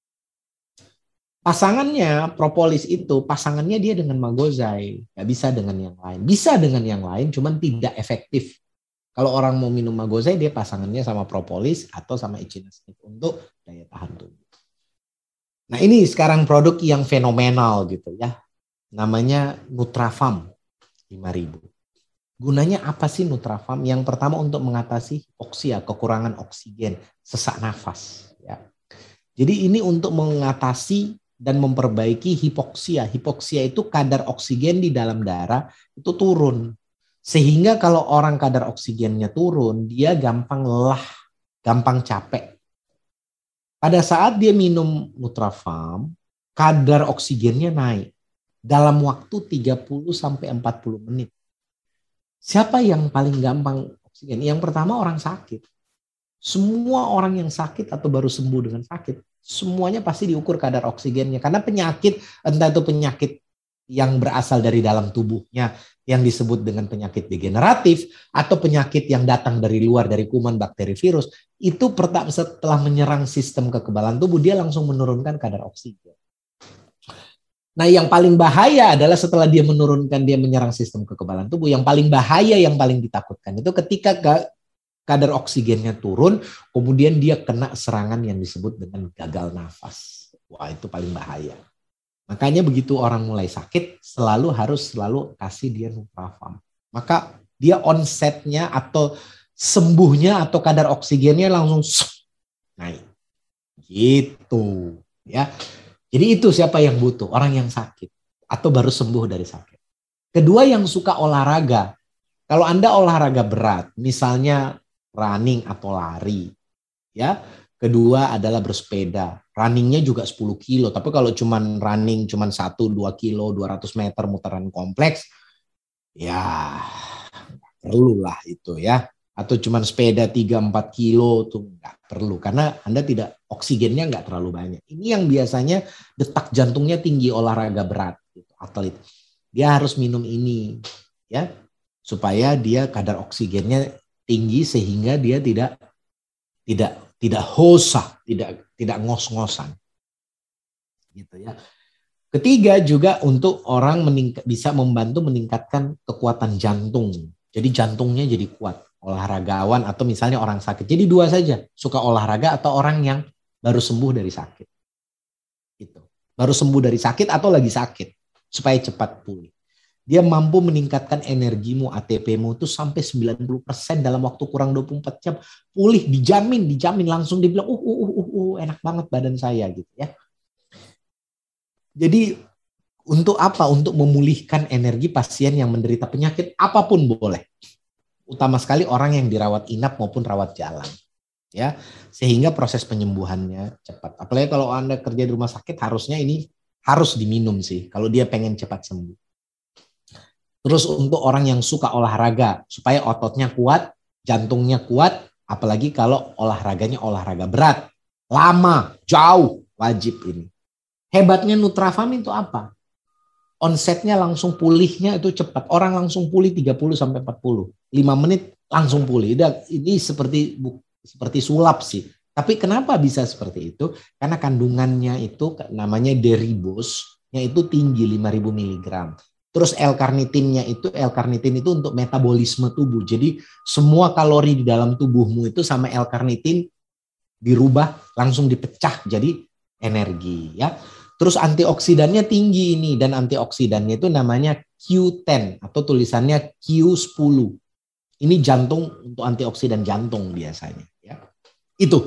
Pasangannya propolis itu, pasangannya dia dengan Magozai. Nggak bisa dengan yang lain. Bisa dengan yang lain, cuman tidak efektif. Kalau orang mau minum Magozai, dia pasangannya sama propolis atau sama echinacea untuk daya tahan tubuh. Nah ini sekarang produk yang fenomenal gitu ya. Namanya Nutrafam lima ribu. Gunanya apa sih Nutrafam? Yang pertama untuk mengatasi hipoksia, kekurangan oksigen, sesak nafas. Ya. Jadi ini untuk mengatasi dan memperbaiki hipoksia. Hipoksia itu kadar oksigen di dalam darah itu turun. Sehingga kalau orang kadar oksigennya turun, dia gampang lelah, gampang capek. Pada saat dia minum Nutrafam, kadar oksigennya naik dalam waktu tiga puluh sampai empat puluh menit. Siapa yang paling gampang oksigen? Yang pertama orang sakit. Semua orang yang sakit atau baru sembuh dengan sakit, semuanya pasti diukur kadar oksigennya. Karena penyakit, entah itu penyakit yang berasal dari dalam tubuhnya, yang disebut dengan penyakit degeneratif, atau penyakit yang datang dari luar, dari kuman, bakteri, virus, itu pertama setelah menyerang sistem kekebalan tubuh, dia langsung menurunkan kadar oksigen. Nah yang paling bahaya adalah setelah dia menurunkan, dia menyerang sistem kekebalan tubuh, yang paling bahaya, yang paling ditakutkan, itu ketika kadar oksigennya turun, kemudian dia kena serangan yang disebut dengan gagal nafas. Wah itu paling bahaya. Makanya begitu orang mulai sakit, selalu harus selalu kasih dia Nutrafam. Maka dia onsetnya atau sembuhnya atau kadar oksigennya langsung naik. Gitu. Ya. Jadi itu siapa yang butuh? Orang yang sakit atau baru sembuh dari sakit. Kedua yang suka olahraga. Kalau Anda olahraga berat, misalnya running atau lari, ya. Kedua adalah bersepeda. Runningnya juga sepuluh kilo. Tapi kalau cuman running cuman satu dua kilo, dua ratus meter mutaran kompleks, ya perlu lah itu ya. Atau cuman sepeda tiga empat kilo tuh nggak perlu. Karena Anda tidak, oksigennya nggak terlalu banyak. Ini yang biasanya detak jantungnya tinggi olahraga berat. Gitu, atlet. Dia harus minum ini ya. Supaya dia kadar oksigennya tinggi sehingga dia tidak tidak tidak hosah, tidak tidak ngos-ngosan. Gitu ya. Ketiga juga untuk orang meningkat, bisa membantu meningkatkan kekuatan jantung. Jadi jantungnya jadi kuat, olahragawan atau misalnya orang sakit. Jadi dua saja, suka olahraga atau orang yang baru sembuh dari sakit. Gitu. Baru sembuh dari sakit atau lagi sakit supaya cepat pulih. Dia mampu meningkatkan energimu, A T P-mu itu sampai sembilan puluh persen dalam waktu kurang dua puluh empat jam. Pulih, dijamin, dijamin. Langsung dibilang, uh, uh, uh, uh, uh enak banget badan saya gitu ya. Jadi untuk apa? Untuk memulihkan energi pasien yang menderita penyakit apapun boleh. Utama sekali orang yang dirawat inap maupun rawat jalan. Ya, sehingga proses penyembuhannya cepat. Apalagi kalau Anda kerja di rumah sakit, harusnya ini harus diminum sih. Kalau dia pengen cepat sembuh. Terus untuk orang yang suka olahraga, supaya ototnya kuat, jantungnya kuat, Apalagi kalau olahraganya olahraga berat, lama, jauh, wajib ini. Hebatnya Nutrafam itu apa? Onsetnya langsung pulihnya itu cepat. Orang langsung pulih tiga puluh sampai empat puluh. lima menit langsung pulih. Ini seperti seperti sulap sih. Tapi kenapa bisa seperti itu? Karena kandungannya itu namanya deribos-nya itu tinggi lima ribu miligram. Terus L-karnitinnya itu, L-karnitin itu untuk metabolisme tubuh. Jadi semua kalori di dalam tubuhmu itu sama L-karnitin dirubah, langsung dipecah jadi energi. Ya. Terus antioksidannya tinggi ini, dan antioksidannya itu namanya Q sepuluh atau tulisannya Q sepuluh. Ini jantung, untuk antioksidan jantung biasanya. Ya. Itu.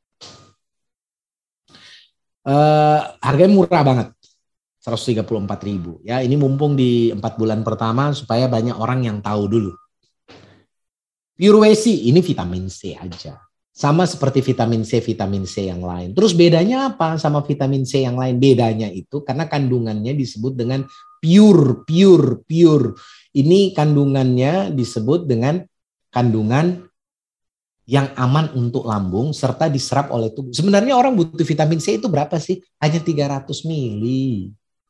Uh, harganya murah banget. seratus tiga puluh empat ribu. Ya, ini mumpung di empat bulan pertama supaya banyak orang yang tahu dulu. Pure Whey C, ini vitamin C aja. Sama seperti vitamin C, vitamin C yang lain. Terus bedanya apa sama vitamin C yang lain? Bedanya itu karena kandungannya disebut dengan pure, pure, pure. Ini kandungannya disebut dengan kandungan yang aman untuk lambung serta diserap oleh tubuh. Sebenarnya orang butuh vitamin C itu berapa sih? Hanya tiga ratus mili.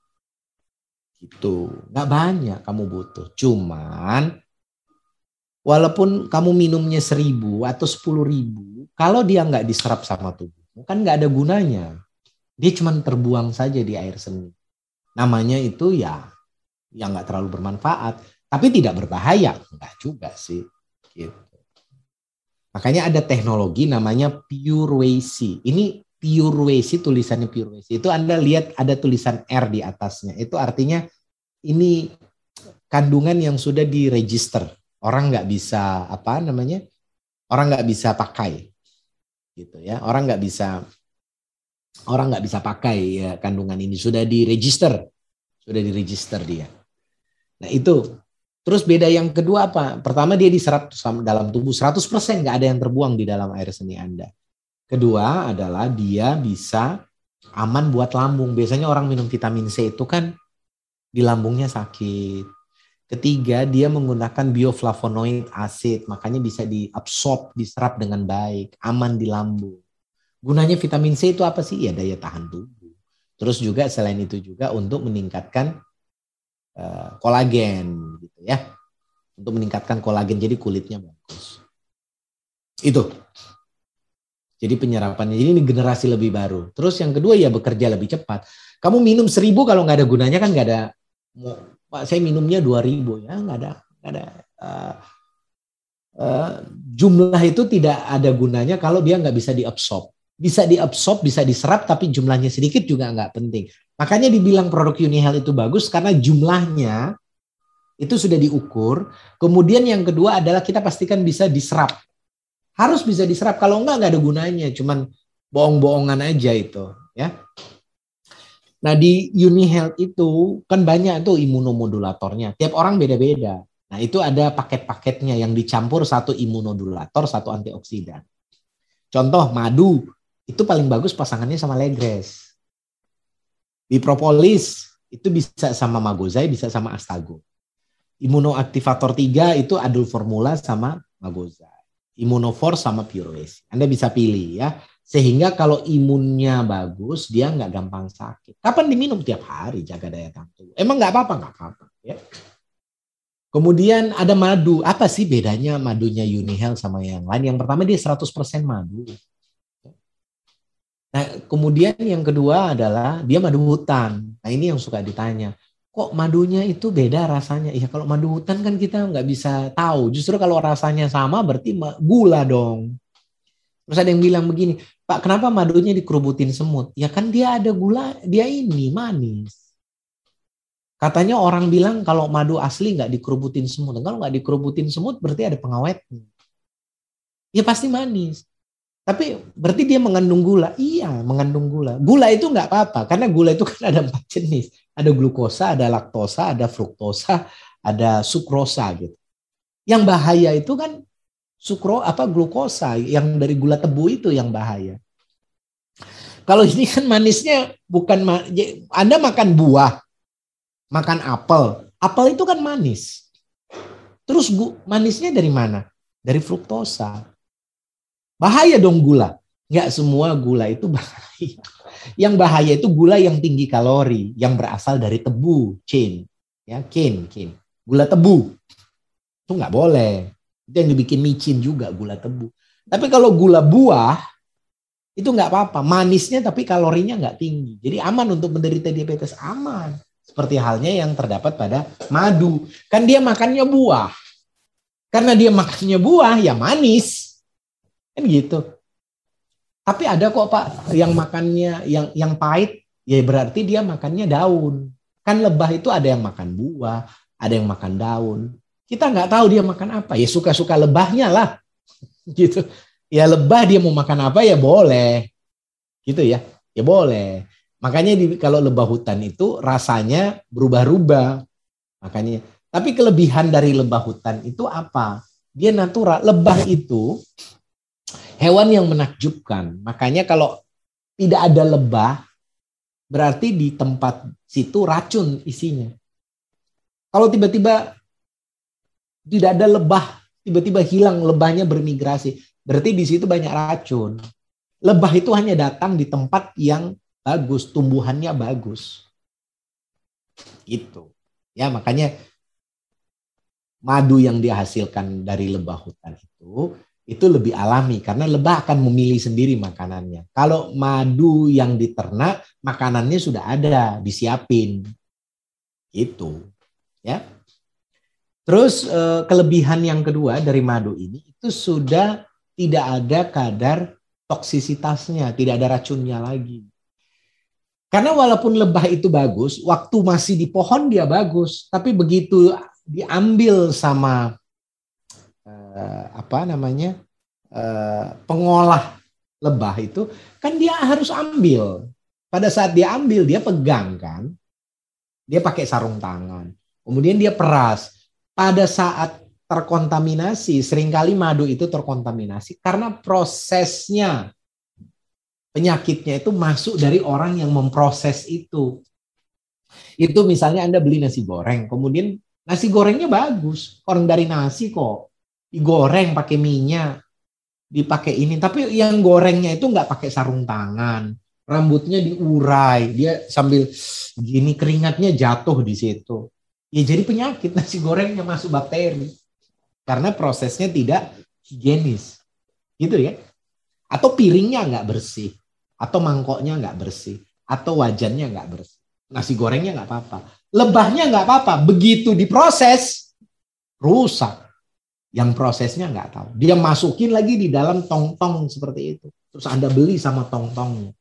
Gitu. Nggak banyak kamu butuh. Cuman walaupun kamu minumnya seribu atau sepuluh ribu, kalau dia nggak diserap sama tubuh, kan nggak ada gunanya. Dia cuma terbuang saja di air seni. Namanya itu ya yang nggak terlalu bermanfaat, tapi tidak berbahaya. Enggak juga sih. Gitu. Makanya ada teknologi namanya Pure Whey C. Ini Pure Whey C, tulisannya Pure Whey C. Itu Anda lihat ada tulisan R di atasnya. Itu artinya ini kandungan yang sudah diregister. Orang nggak bisa apa namanya? Orang nggak bisa pakai, gitu ya. Orang nggak bisa, orang nggak bisa pakai ya, kandungan ini sudah diregister, sudah diregister dia. Nah itu. Terus beda yang kedua apa? Pertama dia diserap dalam tubuh seratus persen, nggak ada yang terbuang di dalam air seni Anda. Kedua adalah dia bisa aman buat lambung. Biasanya orang minum vitamin C itu kan di lambungnya sakit. Ketiga, dia menggunakan bioflavonoid acid, makanya bisa diabsorb, diserap dengan baik, aman di lambung. Gunanya vitamin C itu apa sih? Ya daya tahan tubuh. Terus juga selain itu juga untuk meningkatkan uh, kolagen, gitu ya, untuk meningkatkan kolagen jadi kulitnya bagus. Itu. Jadi penyerapannya. Jadi ini generasi lebih baru. Terus yang kedua ya bekerja lebih cepat. Kamu minum seribu kalau nggak ada gunanya kan nggak ada. Pak saya minumnya dua ribu ya nggak ada nggak ada uh, uh, jumlah itu tidak ada gunanya kalau dia nggak bisa diabsorb. Bisa diabsorb, bisa diserap tapi jumlahnya sedikit juga nggak penting. Makanya dibilang produk Unihealth itu bagus karena jumlahnya itu sudah diukur. Kemudian yang kedua adalah kita pastikan bisa diserap. Harus bisa diserap, kalau enggak nggak ada gunanya, cuman bohong-bohongan aja itu ya. Nah di Unihealth itu kan banyak tuh imunomodulatornya. Tiap orang beda-beda. Nah itu ada paket-paketnya yang dicampur satu imunodulator, satu antioksidan. Contoh madu, itu paling bagus pasangannya sama Legres. Di propolis, itu bisa sama Magozai, bisa sama Astago. Imunoaktivator tiga itu Adul Formula sama Magozai. Immunoforce sama Pure Whey C. Anda bisa pilih ya. Sehingga kalau imunnya bagus, dia nggak gampang sakit. Kapan diminum? Tiap hari, jaga daya tahan tubuh. Emang nggak apa-apa? Nggak apa-apa. Ya. Kemudian ada madu. Apa sih bedanya madunya Unihealth sama yang lain? Yang pertama dia seratus persen madu. Nah, kemudian yang kedua adalah dia madu hutan. Nah ini yang suka ditanya. Kok madunya itu beda rasanya? Ya kalau madu hutan kan kita nggak bisa tahu. Justru kalau rasanya sama berarti gula dong. Terus ada yang bilang begini, Pak kenapa madunya dikerubutin semut? Ya kan dia ada gula, dia ini manis. Katanya orang bilang kalau madu asli nggak dikerubutin semut. Kalau nggak dikerubutin semut berarti ada pengawetnya. Ya pasti manis. Tapi berarti dia mengandung gula. Iya mengandung gula. Gula itu nggak apa-apa. Karena gula itu kan ada empat jenis. Ada glukosa, ada laktosa, ada fruktosa, ada sukrosa gitu. Yang bahaya itu kan sukro apa glukosa yang dari gula tebu itu yang bahaya. Kalau ini kan manisnya bukan Anda makan buah, makan apel, apel itu kan manis. Terus manisnya dari mana? Dari fruktosa. Bahaya dong gula. Nggak semua gula itu bahaya. Yang bahaya itu gula yang tinggi kalori, yang berasal dari tebu, cane. Ya, cane, cane. Gula tebu. Itu nggak boleh. Itu yang dibikin micin juga, gula tebu. Tapi kalau gula buah, itu nggak apa-apa. Manisnya tapi kalorinya nggak tinggi. Jadi aman untuk menderita diabetes, aman. Seperti halnya yang terdapat pada madu. Kan dia makannya buah. Karena dia makannya buah, ya manis. Kan gitu. Tapi ada kok Pak yang makannya yang yang pahit, ya berarti dia makannya daun. Kan lebah itu ada yang makan buah, ada yang makan daun. Kita nggak tahu dia makan apa, ya suka-suka lebahnya lah. Gitu. Ya lebah dia mau makan apa ya boleh. Gitu ya. Ya boleh. Makanya di, kalau lebah hutan itu rasanya berubah-ubah. Makanya, tapi kelebihan dari lebah hutan itu apa? Dia natural. Lebah itu hewan yang menakjubkan. Makanya kalau tidak ada lebah, berarti di tempat situ racun isinya. Kalau tiba-tiba tidak ada lebah, tiba-tiba hilang lebahnya bermigrasi, berarti di situ banyak racun. Lebah itu hanya datang di tempat yang bagus, tumbuhannya bagus. Gitu. Ya, makanya madu yang dihasilkan dari lebah hutan itu itu lebih alami karena lebah akan memilih sendiri makanannya. Kalau madu yang diternak, makanannya sudah ada, disiapin. Itu, ya. Terus eh, kelebihan yang kedua dari madu ini itu sudah tidak ada kadar toksisitasnya, tidak ada racunnya lagi. Karena walaupun lebah itu bagus, waktu masih di pohon dia bagus, tapi begitu diambil sama eh, apa namanya eh, pengolah lebah itu, kan dia harus ambil. Pada saat dia ambil, dia pegang kan, dia pakai sarung tangan, kemudian dia peras. Pada saat terkontaminasi, seringkali madu itu terkontaminasi karena prosesnya. Penyakitnya itu masuk dari orang yang memproses itu. Itu misalnya Anda beli nasi goreng, kemudian nasi gorengnya bagus, orang dari nasi kok, digoreng pakai minyak, dipakai ini, tapi yang gorengnya itu nggak pakai sarung tangan, rambutnya diurai, dia sambil gini keringatnya jatuh di situ. Ya jadi penyakit, nasi gorengnya masuk bakteri karena prosesnya tidak higienis, gitu ya. Atau piringnya nggak bersih. Atau mangkoknya nggak bersih, atau wajannya nggak bersih. Nasi gorengnya nggak apa-apa. Lebahnya nggak apa-apa. Begitu diproses, rusak. Yang prosesnya nggak tahu. Dia masukin lagi di dalam tong-tong seperti itu. Terus Anda beli sama tong-tongnya.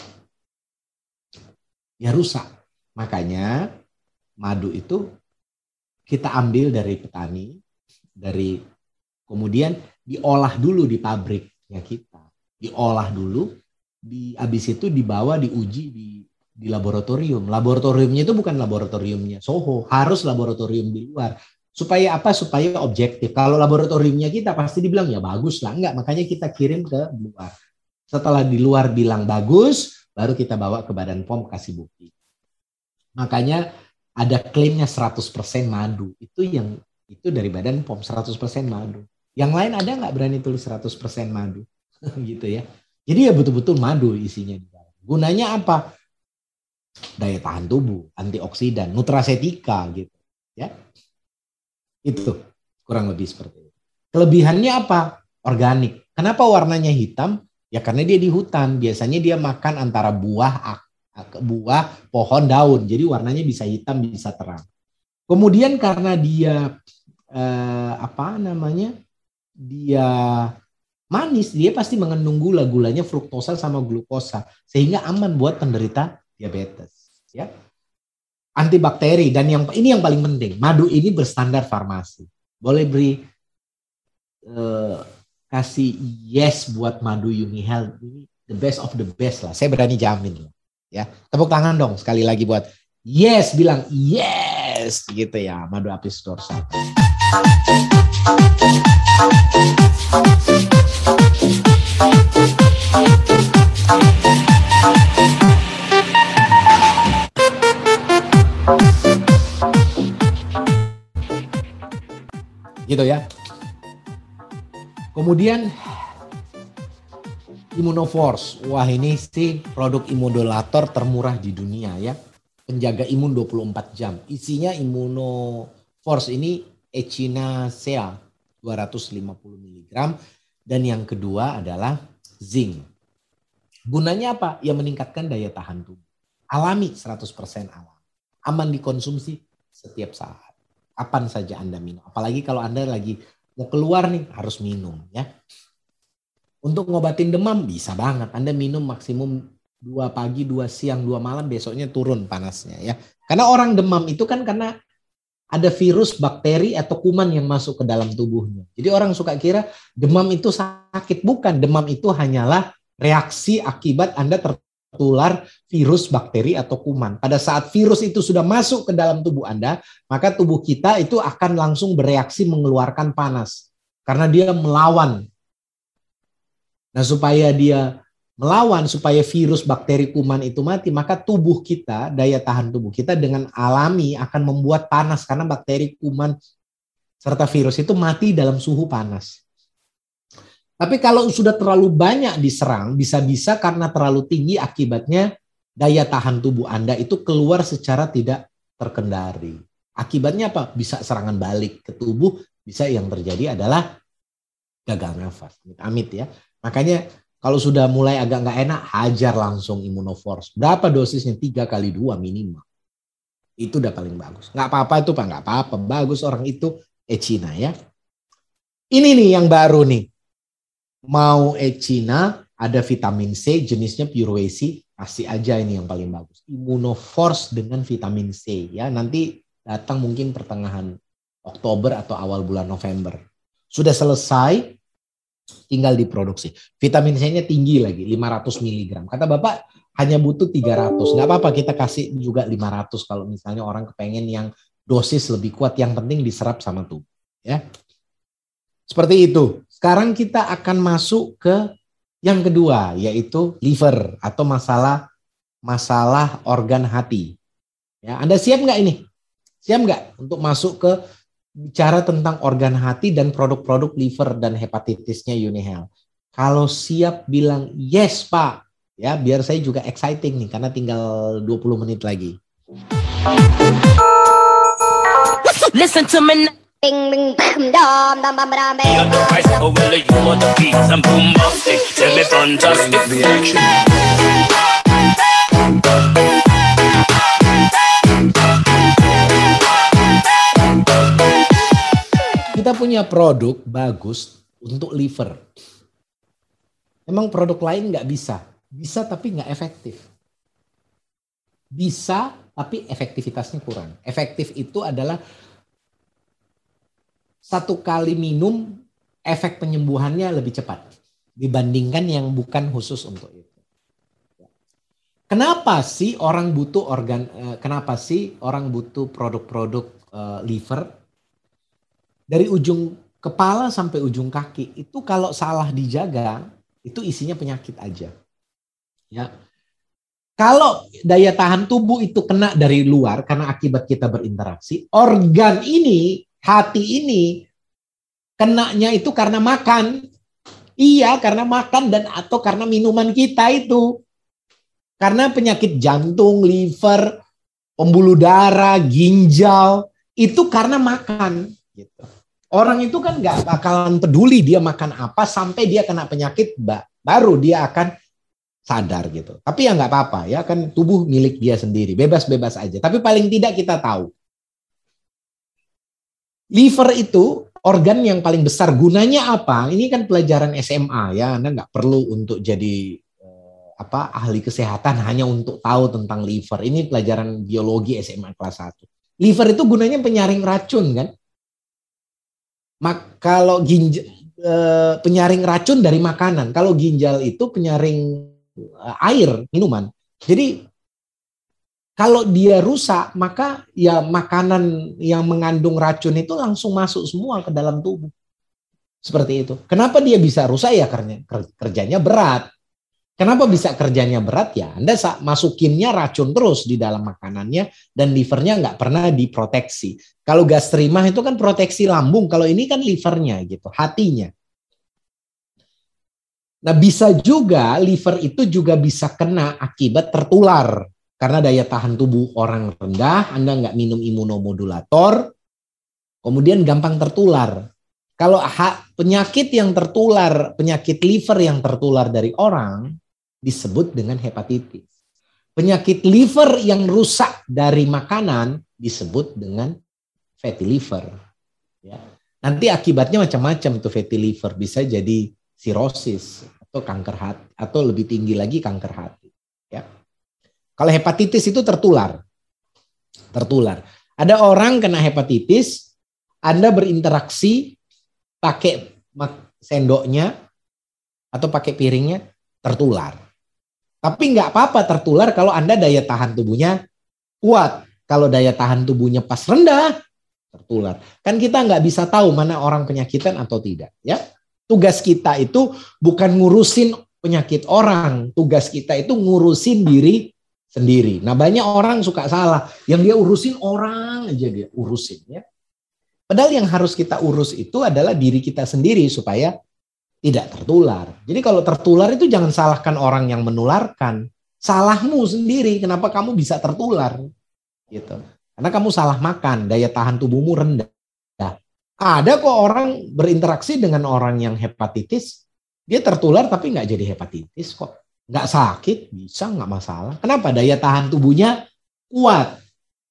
Ya rusak. Makanya madu itu kita ambil dari petani, dari kemudian diolah dulu di pabriknya kita. Diolah dulu. Di habis itu dibawa diuji di di laboratorium. Laboratoriumnya itu bukan laboratoriumnya Soho, harus laboratorium di luar. Supaya apa? Supaya objektif. Kalau laboratoriumnya kita pasti dibilang ya bagus lah, enggak, makanya kita kirim ke luar. Setelah di luar bilang bagus, baru kita bawa ke Badan P O M kasih bukti. Makanya ada klaimnya seratus persen madu. Itu yang itu dari Badan P O M seratus persen madu. Yang lain ada nggak berani tulis seratus persen madu? Gitu ya. Jadi ya betul-betul madu isinya di dalam. Gunanya apa? Daya tahan tubuh, antioksidan, nutrasetika gitu, ya. Itu kurang lebih seperti itu. Kelebihannya apa? Organik. Kenapa warnanya hitam? Ya karena dia di hutan. Biasanya dia makan antara buah, buah, pohon, daun. Jadi warnanya bisa hitam, bisa terang. Kemudian karena dia eh, apa namanya? Dia manis, dia pasti mengandung gula, gulanya fruktosa sama glukosa, sehingga aman buat penderita diabetes. Ya, antibakteri dan yang ini yang paling penting, madu ini berstandar farmasi. Boleh beri eh, kasih yes buat madu Yumi Health, ini the best of the best lah. Saya berani jamin lah. Ya, tepuk tangan dong sekali lagi buat yes, bilang yes gitu ya, madu apis dorsata. Gitu ya. Kemudian Immunoforce. Wah, ini sih produk imunomodulator termurah di dunia ya. Penjaga imun dua puluh empat jam. Isinya Immunoforce ini Echinacea dua ratus lima puluh miligram. Dan yang kedua adalah zinc. Gunanya apa? Ya meningkatkan daya tahan tubuh. Alami, seratus persen alam. Aman dikonsumsi setiap saat. Kapan saja Anda minum. Apalagi kalau Anda lagi mau keluar nih, harus minum ya. Untuk ngobatin demam bisa banget. Anda minum maksimum dua pagi, dua siang, dua malam, besoknya turun panasnya ya. Karena orang demam itu kan karena ada virus, bakteri atau kuman yang masuk ke dalam tubuhnya. Jadi orang suka kira demam itu sakit. Bukan, demam itu hanyalah reaksi akibat Anda tertular virus, bakteri atau kuman. Pada saat virus itu sudah masuk ke dalam tubuh Anda, maka tubuh kita itu akan langsung bereaksi mengeluarkan panas. Karena dia melawan. Nah, supaya dia melawan, supaya virus, bakteri, kuman itu mati, maka tubuh kita, daya tahan tubuh kita dengan alami akan membuat panas karena bakteri, kuman, serta virus itu mati dalam suhu panas. Tapi kalau sudah terlalu banyak diserang, bisa-bisa karena terlalu tinggi akibatnya daya tahan tubuh Anda itu keluar secara tidak terkendali. Akibatnya apa? Bisa serangan balik ke tubuh, bisa yang terjadi adalah gagal nafas. Amit ya. Makanya kalau sudah mulai agak nggak enak, hajar langsung Immunoforce. Berapa dosisnya? Tiga kali dua minimal. Itu udah paling bagus. Nggak apa-apa itu Pak, nggak apa-apa. Bagus orang itu Echina ya. Ini nih yang baru nih. Mau Echina, ada vitamin C, jenisnya Pureweci. Kasih aja ini yang paling bagus. Immunoforce dengan vitamin C ya. Nanti datang mungkin pertengahan Oktober atau awal bulan November. Sudah selesai. Tinggal diproduksi. Vitamin C-nya tinggi lagi, lima ratus miligram. Kata Bapak hanya butuh tiga ratus. Nggak apa-apa kita kasih juga lima ratus kalau misalnya orang kepengen yang dosis lebih kuat. Yang penting diserap sama tubuh. Ya. Seperti itu. Sekarang kita akan masuk ke yang kedua, yaitu liver atau masalah masalah organ hati. Ya, Anda siap nggak ini? Siap nggak untuk masuk ke bicara tentang organ hati dan produk-produk liver dan hepatitisnya Unihel. Kalau siap bilang yes Pak, ya biar saya juga exciting nih karena tinggal dua puluh menit lagi. Listen to me. Kita punya produk bagus untuk liver. Memang produk lain nggak bisa. Bisa tapi nggak efektif. Bisa tapi efektivitasnya kurang. Efektif itu adalah satu kali minum efek penyembuhannya lebih cepat. Dibandingkan yang bukan khusus untuk itu. Kenapa sih orang butuh organ, kenapa sih orang butuh produk-produk liver? Dari ujung kepala sampai ujung kaki itu kalau salah dijaga itu isinya penyakit aja. Ya. Kalau daya tahan tubuh itu kena dari luar karena akibat kita berinteraksi, organ ini, hati ini kenanya itu karena makan. Iya, karena makan dan atau karena minuman kita itu. Karena penyakit jantung, liver, pembuluh darah, ginjal itu karena makan. Gitu. Orang itu kan nggak bakalan peduli dia makan apa sampai dia kena penyakit, baru dia akan sadar gitu. Tapi ya nggak apa-apa ya, kan tubuh milik dia sendiri, bebas-bebas aja. Tapi paling tidak kita tahu liver itu organ yang paling besar. Gunanya apa? Ini kan pelajaran S M A ya, Anda nggak perlu untuk jadi apa ahli kesehatan hanya untuk tahu tentang liver. Ini pelajaran biologi S M A kelas satu. Liver itu gunanya penyaring racun kan? Mak kalau ginjal e, penyaring racun dari makanan, kalau ginjal itu penyaring e, air minuman. Jadi kalau dia rusak, maka ya makanan yang mengandung racun itu langsung masuk semua ke dalam tubuh. Seperti itu. Kenapa dia bisa rusak ya? Karena kerjanya berat. Kenapa bisa kerjanya berat ya? Anda masukinnya racun terus di dalam makanannya dan livernya nggak pernah diproteksi. Kalau gastrimah itu kan proteksi lambung, kalau ini kan livernya gitu, hatinya. Nah, bisa juga liver itu juga bisa kena akibat tertular. Karena daya tahan tubuh orang rendah, Anda nggak minum imunomodulator, kemudian gampang tertular. Kalau penyakit yang tertular, penyakit liver yang tertular dari orang, disebut dengan hepatitis. Penyakit liver yang rusak dari makanan disebut dengan fatty liver. Ya. Nanti akibatnya macam-macam tuh fatty liver. Bisa jadi sirosis atau kanker hati, atau lebih tinggi lagi kanker hati. Ya. Kalau hepatitis itu tertular. Tertular. Ada orang kena hepatitis, Anda berinteraksi pakai sendoknya atau pakai piringnya, tertular. Tapi nggak apa-apa tertular kalau Anda daya tahan tubuhnya kuat. Kalau daya tahan tubuhnya pas rendah, tertular. Kan kita nggak bisa tahu mana orang penyakitan atau tidak. Ya, tugas kita itu bukan ngurusin penyakit orang. Tugas kita itu ngurusin diri sendiri. Nah, banyak orang suka salah. Yang dia urusin orang aja dia urusin. Ya. Padahal yang harus kita urus itu adalah diri kita sendiri supaya tidak tertular. Jadi kalau tertular itu jangan salahkan orang yang menularkan. Salahmu sendiri. Kenapa kamu bisa tertular? Gitu. Karena kamu salah makan, daya tahan tubuhmu rendah. Ada kok orang berinteraksi dengan orang yang hepatitis, dia tertular tapi nggak jadi hepatitis kok. Nggak sakit, bisa nggak masalah. Kenapa? Daya tahan tubuhnya kuat.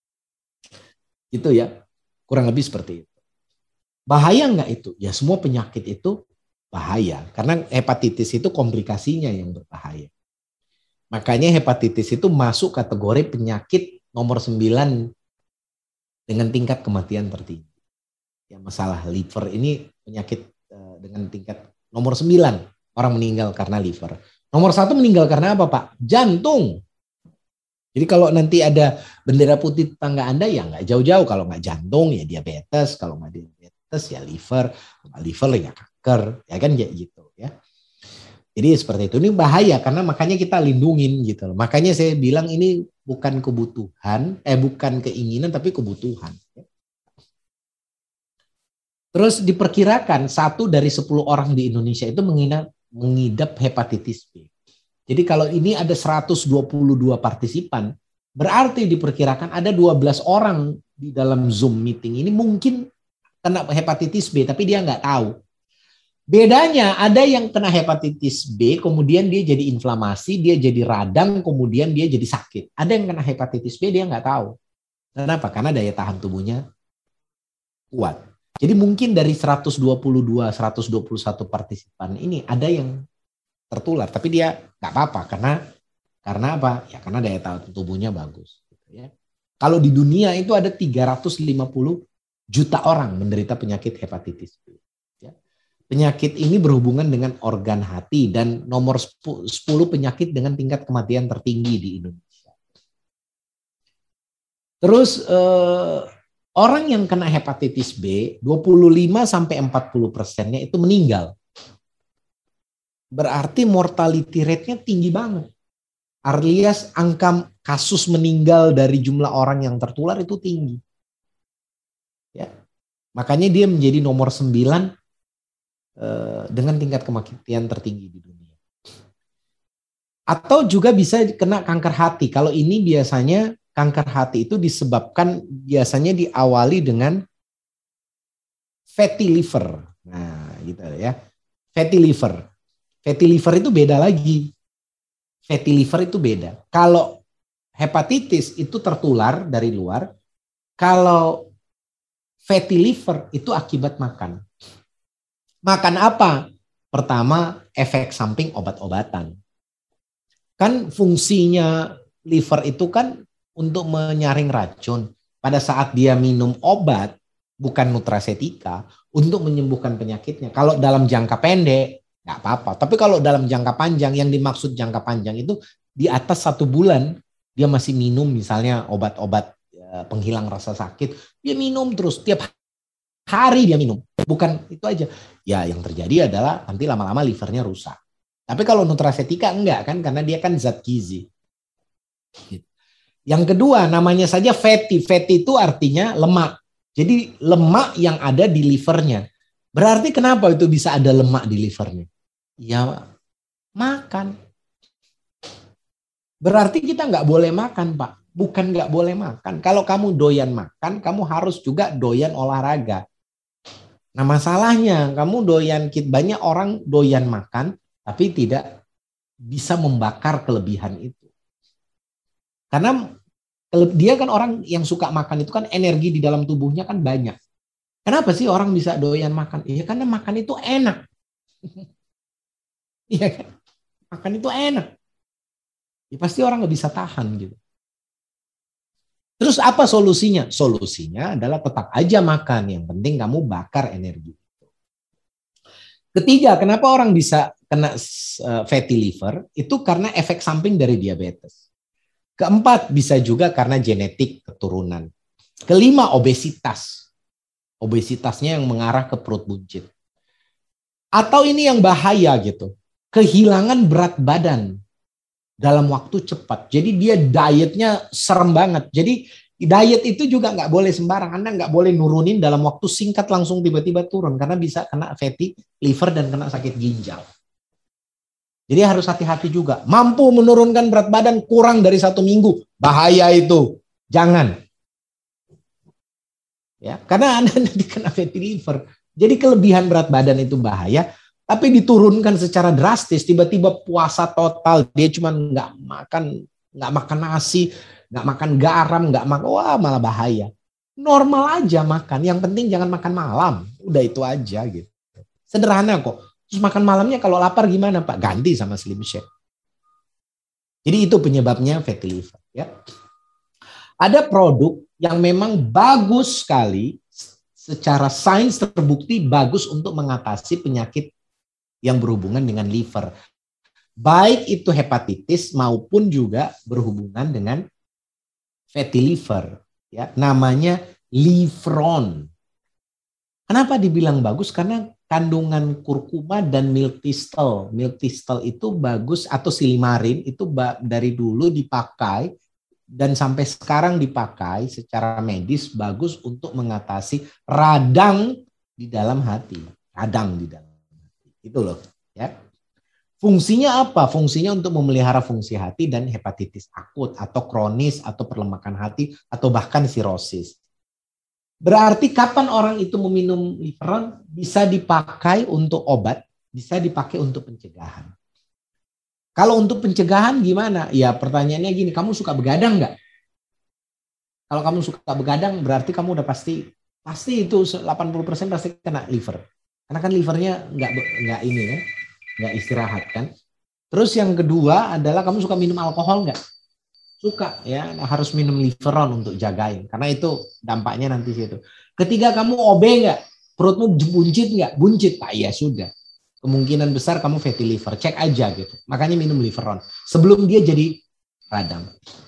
Gitu ya. Kurang lebih seperti itu. Bahaya nggak itu? Ya semua penyakit itu bahaya. Karena hepatitis itu komplikasinya yang berbahaya. Makanya hepatitis itu masuk kategori penyakit nomor sembilan dengan tingkat kematian tertinggi. Ya, masalah liver ini penyakit dengan tingkat nomor sembilan. Orang meninggal karena liver. Nomor satu meninggal karena apa, Pak? Jantung. Jadi kalau nanti ada bendera putih tetangga Anda, ya nggak jauh-jauh. Kalau nggak jantung, ya diabetes. Kalau nggak diabetes, ya liver. Kalau liver, ya kanker. Ya kan kayak gitu. Ya. Jadi seperti itu. Ini bahaya karena makanya kita lindungin gitu loh. Makanya saya bilang ini bukan kebutuhan, eh bukan keinginan tapi kebutuhan. Terus diperkirakan satu dari sepuluh orang di Indonesia itu mengidap, mengidap hepatitis B. Jadi kalau ini ada seratus dua puluh dua partisipan, berarti diperkirakan ada dua belas orang di dalam Zoom meeting ini mungkin kena hepatitis B, tapi dia nggak tahu. Bedanya ada yang kena hepatitis B, kemudian dia jadi inflamasi, dia jadi radang, kemudian dia jadi sakit. Ada yang kena hepatitis B, dia nggak tahu. Kenapa? Karena daya tahan tubuhnya kuat. Jadi mungkin dari seratus dua puluh dua, seratus dua puluh satu partisipan ini ada yang tertular, tapi dia nggak apa-apa karena karena apa? Ya karena daya tahan tubuhnya bagus. Ya. Kalau di dunia itu ada tiga ratus lima puluh juta orang menderita penyakit hepatitis B. Penyakit ini berhubungan dengan organ hati dan nomor sepuluh penyakit dengan tingkat kematian tertinggi di Indonesia. Terus eh, orang yang kena hepatitis B, dua puluh lima sampai empat puluh persennya itu meninggal. Berarti mortality rate-nya tinggi banget. Alias angka kasus meninggal dari jumlah orang yang tertular itu tinggi. Ya. Makanya dia menjadi nomor sembilan dengan tingkat kematian tertinggi di dunia. Atau juga bisa kena kanker hati. Kalau ini biasanya kanker hati itu disebabkan biasanya diawali dengan fatty liver. Nah, gitu ya. Fatty liver. Fatty liver itu beda lagi. Fatty liver itu beda. Kalau hepatitis itu tertular dari luar. Kalau fatty liver itu akibat makan. Makan apa? Pertama, efek samping obat-obatan. Kan fungsinya liver itu kan untuk menyaring racun. Pada saat dia minum obat, bukan nutracetika, untuk menyembuhkan penyakitnya. Kalau dalam jangka pendek, nggak apa-apa. Tapi kalau dalam jangka panjang, yang dimaksud jangka panjang itu di atas satu bulan, dia masih minum misalnya obat-obat penghilang rasa sakit. Dia minum terus, tiap hari dia minum. Bukan itu aja. Ya yang terjadi adalah nanti lama-lama livernya rusak. Tapi kalau nutracetika enggak kan, karena dia kan zat gizi. Yang kedua namanya saja fatty. Fatty itu artinya lemak. Jadi lemak yang ada di livernya. Berarti kenapa itu bisa ada lemak di livernya? Ya Makan. Berarti kita nggak boleh makan, Pak. Bukan nggak boleh makan. Kalau kamu doyan makan, kamu harus juga doyan olahraga. Nah masalahnya, kamu doyan, banyak orang doyan makan, tapi tidak bisa membakar kelebihan itu. Karena dia kan orang yang suka makan itu kan energi di dalam tubuhnya kan banyak. Kenapa sih orang bisa doyan makan? Iya karena makan itu enak. Iya kan? Makan itu enak. Ya, pasti orang nggak bisa tahan gitu. Terus apa solusinya? Solusinya adalah tetap aja makan. Yang penting kamu bakar energi. Ketiga, kenapa orang bisa kena fatty liver? Itu karena efek samping dari diabetes. Keempat, bisa juga karena genetik keturunan. Kelima, obesitas. Obesitasnya yang mengarah ke perut buncit. Atau ini yang bahaya gitu. Kehilangan berat badan dalam waktu cepat. Jadi dia dietnya serem banget. Jadi diet itu juga nggak boleh sembarang. Anda nggak boleh nurunin dalam waktu singkat langsung tiba-tiba turun. Karena bisa kena fatty liver dan kena sakit ginjal. Jadi harus hati-hati juga. Mampu menurunkan berat badan kurang dari satu minggu. Bahaya itu. Jangan. Ya, karena Anda nanti kena fatty liver. Jadi kelebihan berat badan itu bahaya. Tapi diturunkan secara drastis, tiba-tiba puasa total, dia cuma nggak makan, nggak makan nasi, nggak makan garam, nggak makan, wah malah bahaya. Normal aja makan, yang penting jangan makan malam, udah itu aja gitu. Sederhana kok. Terus makan malamnya kalau lapar gimana Pak? Ganti sama Slim Shake. Jadi itu penyebabnya fatty liver. Ya. Ada produk yang memang bagus sekali, secara sains terbukti bagus untuk mengatasi penyakit yang berhubungan dengan liver. Baik itu hepatitis maupun juga berhubungan dengan fatty liver. Ya, namanya Liveron. Kenapa dibilang bagus? Karena kandungan kurkuma dan miltitol. Miltitol itu bagus, atau silimarin itu dari dulu dipakai dan sampai sekarang dipakai secara medis bagus untuk mengatasi radang di dalam hati. Radang di dalam. Itu loh, ya. Fungsinya apa? Fungsinya untuk memelihara fungsi hati dan hepatitis akut atau kronis atau perlemakan hati atau bahkan sirosis. Berarti kapan orang itu meminum Liveron? Bisa dipakai untuk obat, bisa dipakai untuk pencegahan. Kalau untuk pencegahan gimana? Ya pertanyaannya gini, kamu suka begadang nggak? Kalau kamu suka begadang berarti kamu udah pasti, pasti itu delapan puluh persen pasti kena liver. Karena kan livernya nggak nggak ini kan, nggak istirahat kan. Terus yang kedua adalah kamu suka minum alkohol nggak? Suka ya, harus minum Liveron untuk jagain. Karena itu dampaknya nanti situ. Ketiga kamu O B nggak? Perutmu buncit nggak? Buncit Pak, ya sudah. Kemungkinan besar kamu fatty liver. Cek aja gitu. Makanya minum Liveron sebelum dia jadi radang.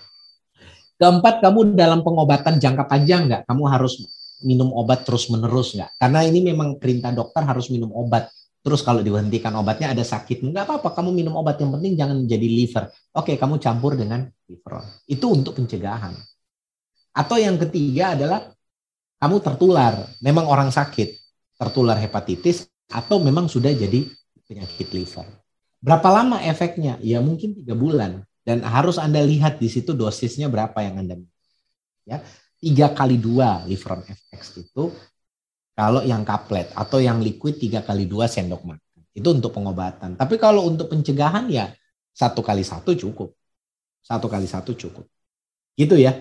Keempat, kamu dalam pengobatan jangka panjang nggak? Kamu harus minum obat terus-menerus nggak? Karena ini memang perintah dokter harus minum obat. Terus kalau dihentikan obatnya ada sakit, nggak apa-apa, kamu minum obat, yang penting jangan jadi liver. Oke, kamu campur dengan Liveron. Itu untuk pencegahan. Atau yang ketiga adalah kamu tertular, memang orang sakit, tertular hepatitis, atau memang sudah jadi penyakit liver. Berapa lama efeknya? Ya mungkin tiga bulan. Dan harus Anda lihat di situ dosisnya berapa yang Anda minum. Ya. tiga kali dua Liveron F X itu kalau yang kaplet, atau yang liquid tiga kali dua sendok makan. Itu untuk pengobatan. Tapi kalau untuk pencegahan ya satu kali satu cukup. Satu kali satu cukup. Gitu ya.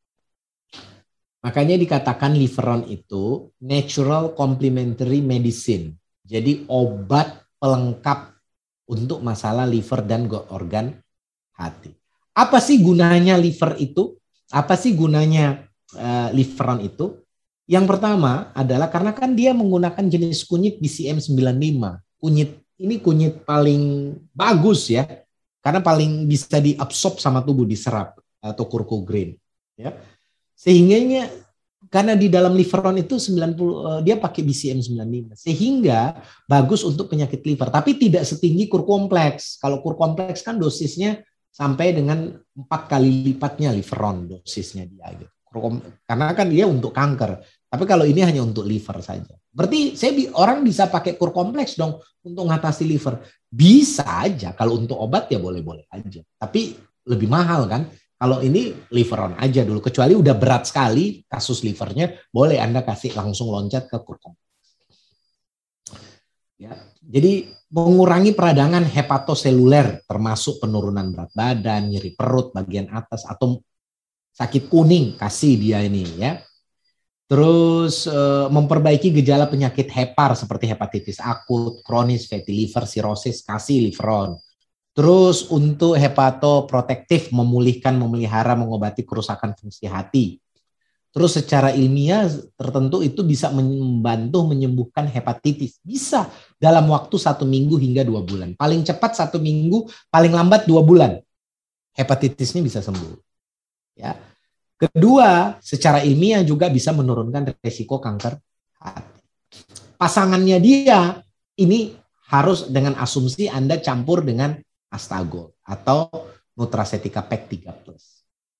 Makanya dikatakan Liveron itu natural complementary medicine. Jadi obat pelengkap untuk masalah liver dan organ hati. Apa sih gunanya liver itu? Apa sih gunanya uh, Liveron itu? Yang pertama adalah karena kan dia menggunakan jenis kunyit B C M sembilan puluh lima. Kunyit ini kunyit paling bagus ya. Karena paling bisa diabsorb sama tubuh, diserap, atau kurkugreen. Ya. Sehingga karena di dalam Liveron itu sembilan puluh, dia pakai B C M sembilan puluh lima. Sehingga bagus untuk penyakit liver. Tapi tidak setinggi kur kompleks. Kalau kur kompleks kan dosisnya sampai dengan empat kali lipatnya Liveron dosisnya dia gitu. Karena kan dia untuk kanker. Tapi kalau ini hanya untuk liver saja. Berarti saya orang bisa pakai kur kompleks dong untuk mengatasi liver. Bisa aja, kalau untuk obat ya boleh-boleh aja. Tapi lebih mahal kan. Kalau ini liveron aja dulu, kecuali udah berat sekali kasus livernya, boleh Anda kasih langsung loncat ke kurkum. Ya, jadi mengurangi peradangan hepatoseluler, termasuk penurunan berat badan, nyeri perut bagian atas, atau sakit kuning, kasih dia ini ya. Terus eh, memperbaiki gejala penyakit hepar seperti hepatitis akut, kronis, fatty liver, cirrhosis, kasih liveron. Terus untuk hepatoprotektif, memulihkan, memelihara, mengobati kerusakan fungsi hati. Terus secara ilmiah tertentu itu bisa membantu menyembuhkan hepatitis. Bisa dalam waktu satu minggu hingga dua bulan. Paling cepat satu minggu, paling lambat dua bulan. Hepatitisnya bisa sembuh. Ya. Kedua, secara ilmiah juga bisa menurunkan resiko kanker hati. Pasangannya dia ini harus dengan asumsi Anda campur dengan Astagol atau Nutracetika Pack tiga plus.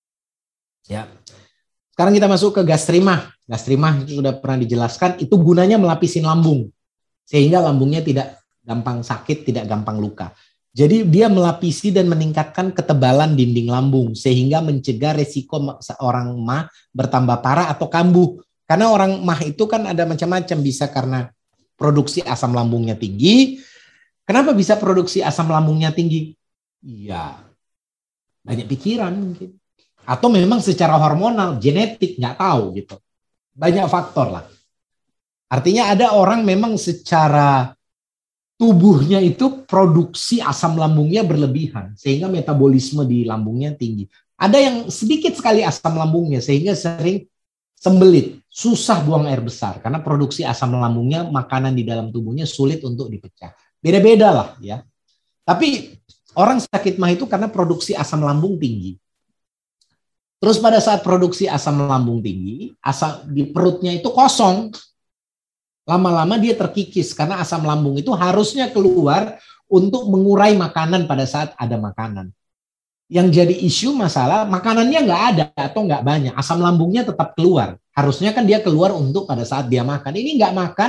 Ya. Sekarang kita masuk ke gastrimah. Gastrimah itu sudah pernah dijelaskan, itu gunanya melapisin lambung sehingga lambungnya tidak gampang sakit, tidak gampang luka. Jadi dia melapisi dan meningkatkan ketebalan dinding lambung sehingga mencegah resiko seorang mah bertambah parah atau kambuh. Karena orang mah itu kan ada macam-macam, bisa karena produksi asam lambungnya tinggi. Kenapa bisa produksi asam lambungnya tinggi? Iya, banyak pikiran mungkin. Atau memang secara hormonal, genetik, nggak tahu gitu. Banyak faktor lah. Artinya ada orang memang secara tubuhnya itu produksi asam lambungnya berlebihan. Sehingga metabolisme di lambungnya tinggi. Ada yang sedikit sekali asam lambungnya sehingga sering sembelit. Susah buang air besar. Karena produksi asam lambungnya, makanan di dalam tubuhnya sulit untuk dipecah. Beda-beda lah ya. Tapi orang sakit mah itu karena produksi asam lambung tinggi. Terus pada saat produksi asam lambung tinggi, asam di perutnya itu kosong. Lama-lama dia terkikis karena asam lambung itu harusnya keluar untuk mengurai makanan pada saat ada makanan. Yang jadi isu masalah makanannya nggak ada atau nggak banyak. Asam lambungnya tetap keluar. Harusnya kan dia keluar untuk pada saat dia makan. Ini nggak makan,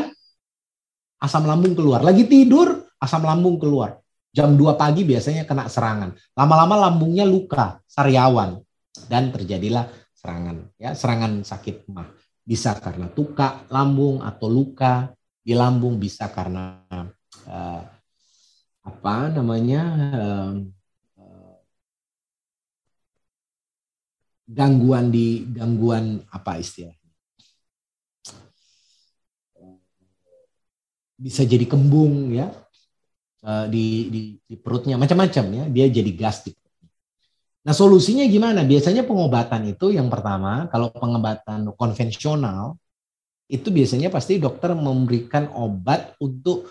asam lambung keluar. Lagi tidur, asam lambung keluar. Jam dua pagi biasanya kena serangan. Lama-lama lambungnya luka, sariawan. Dan terjadilah serangan. Ya, serangan sakit mah. Bisa karena tuka lambung atau luka di lambung. Bisa karena eh, apa namanya eh, gangguan di gangguan apa istilahnya. Bisa jadi kembung ya. Di, di, di perutnya macam-macam ya, dia jadi gas di perutnya. Nah solusinya gimana? Biasanya pengobatan itu yang pertama, kalau pengobatan konvensional itu biasanya pasti dokter memberikan obat untuk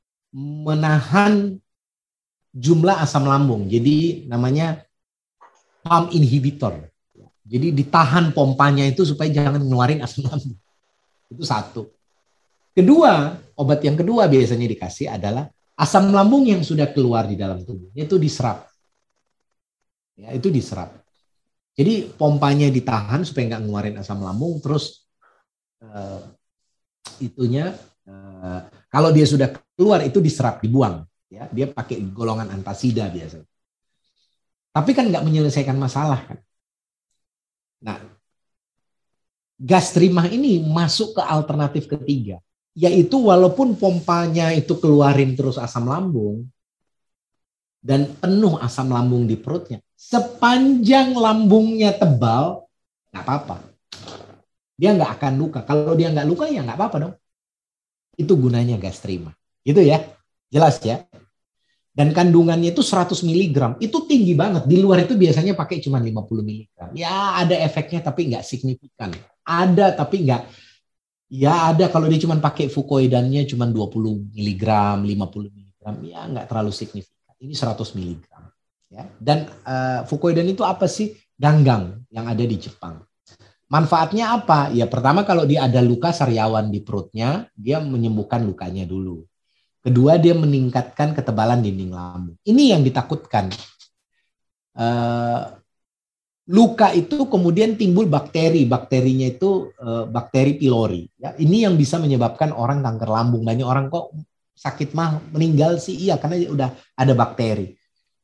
menahan jumlah asam lambung. Jadi namanya pump inhibitor. Jadi ditahan pompanya itu supaya jangan ngeluarin asam lambung. Itu satu. Kedua, obat yang kedua biasanya dikasih adalah asam lambung yang sudah keluar di dalam tubuhnya itu diserap. Ya, itu diserap. Jadi pompanya ditahan supaya nggak ngeluarin asam lambung, terus uh, itunya uh, kalau dia sudah keluar itu diserap, dibuang. Ya, dia pakai golongan antasida biasanya. Tapi kan nggak menyelesaikan masalah kan. Nah, gastrimah ini masuk ke alternatif ketiga. Yaitu walaupun pompanya itu keluarin terus asam lambung dan penuh asam lambung di perutnya, sepanjang lambungnya tebal, nggak apa-apa. Dia nggak akan luka. Kalau dia nggak luka ya nggak apa-apa dong. Itu gunanya gastrimah. Gitu ya, jelas ya. Dan kandungannya itu seratus miligram, itu tinggi banget. Di luar itu biasanya pakai cuma lima puluh miligram. Ya ada efeknya tapi nggak signifikan. Ada tapi nggak. Ya ada kalau dia cuma pakai fukoidannya cuma dua puluh miligram, lima puluh miligram, ya nggak terlalu signifikan. Ini seratus miligram. Ya. Dan uh, fukoidan itu apa sih? Ganggang yang ada di Jepang. Manfaatnya apa? Ya pertama kalau dia ada luka sariawan di perutnya, dia menyembuhkan lukanya dulu. Kedua dia meningkatkan ketebalan dinding lambung. Ini yang ditakutkan. Uh, Luka itu kemudian timbul bakteri, bakterinya itu e, bakteri pylori. Ya, ini yang bisa menyebabkan orang kanker lambung. Banyak orang kok sakit mah, meninggal sih iya karena udah ada bakteri.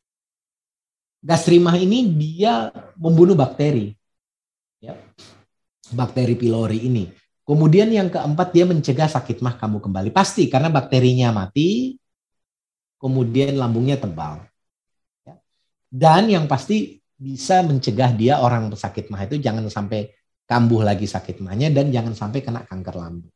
Gastrimah ini dia membunuh bakteri, ya, bakteri pylori ini. Kemudian yang keempat dia mencegah sakit mah kamu kembali. Pasti karena bakterinya mati, kemudian lambungnya tebal. Dan yang pasti bisa mencegah dia orang sakit mah itu jangan sampai kambuh lagi sakit mahnya dan jangan sampai kena kanker lambung.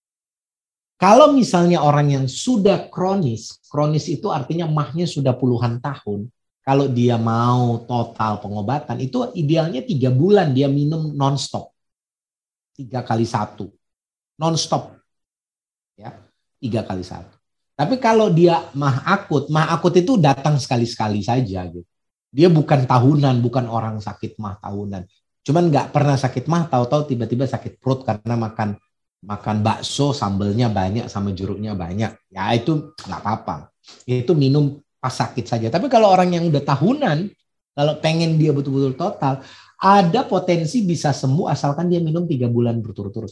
Kalau misalnya orang yang sudah kronis, kronis itu artinya mahnya sudah puluhan tahun. Kalau dia mau total pengobatan itu idealnya tiga bulan dia minum non-stop. Tiga kali satu, non-stop, ya, tiga kali satu. Tapi kalau dia mah akut, mah akut itu datang sekali-sekali saja, gitu. Dia bukan tahunan, bukan orang sakit mah tahunan. Cuman nggak pernah sakit mah, tahu-tahu tiba-tiba sakit perut karena makan makan bakso, sambelnya banyak sama jeruknya banyak. Ya itu nggak apa-apa. Itu minum pas sakit saja. Tapi kalau orang yang udah tahunan, kalau pengen dia betul-betul total, ada potensi bisa sembuh asalkan dia minum tiga bulan berturut-turut.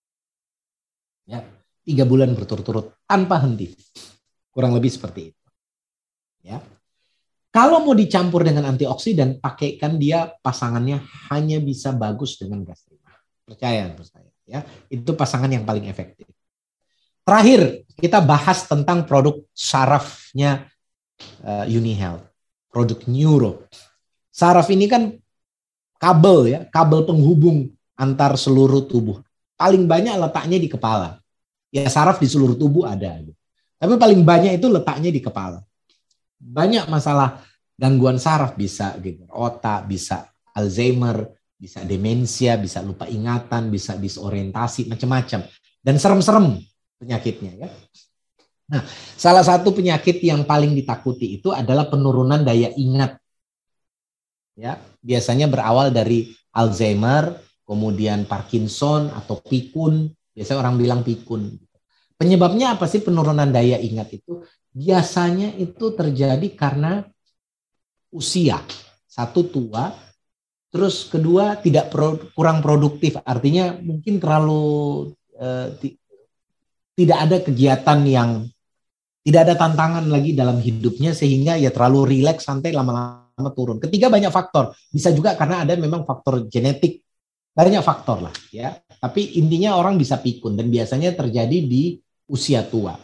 Ya, tiga bulan berturut-turut tanpa henti. Kurang lebih seperti itu. Ya. Kalau mau dicampur dengan antioksidan, pakaikan dia pasangannya hanya bisa bagus dengan gastrimah. Percaya, percaya. Ya, itu pasangan yang paling efektif. Terakhir, kita bahas tentang produk sarafnya uh, UniHealth, produk neuro. Saraf ini kan kabel ya, kabel penghubung antar seluruh tubuh. Paling banyak letaknya di kepala. Ya saraf di seluruh tubuh ada. Tapi paling banyak itu letaknya di kepala. Banyak masalah gangguan saraf bisa gitu, otak, bisa Alzheimer, bisa demensia, bisa lupa ingatan, bisa disorientasi, macam-macam. Dan serem-serem penyakitnya ya. Nah, salah satu penyakit yang paling ditakuti itu adalah penurunan daya ingat. Ya, biasanya berawal dari Alzheimer, kemudian Parkinson atau pikun. Biasanya orang bilang pikun. Penyebabnya apa sih penurunan daya ingat itu? Biasanya itu terjadi karena usia. Satu tua, terus kedua tidak pro, kurang produktif. Artinya mungkin terlalu eh, tidak ada kegiatan yang tidak ada tantangan lagi dalam hidupnya sehingga ya terlalu rileks, santai, lama-lama turun. Ketiga banyak faktor, bisa juga karena ada memang faktor genetik, banyak faktor lah ya. Tapi intinya orang bisa pikun dan biasanya terjadi di usia tua.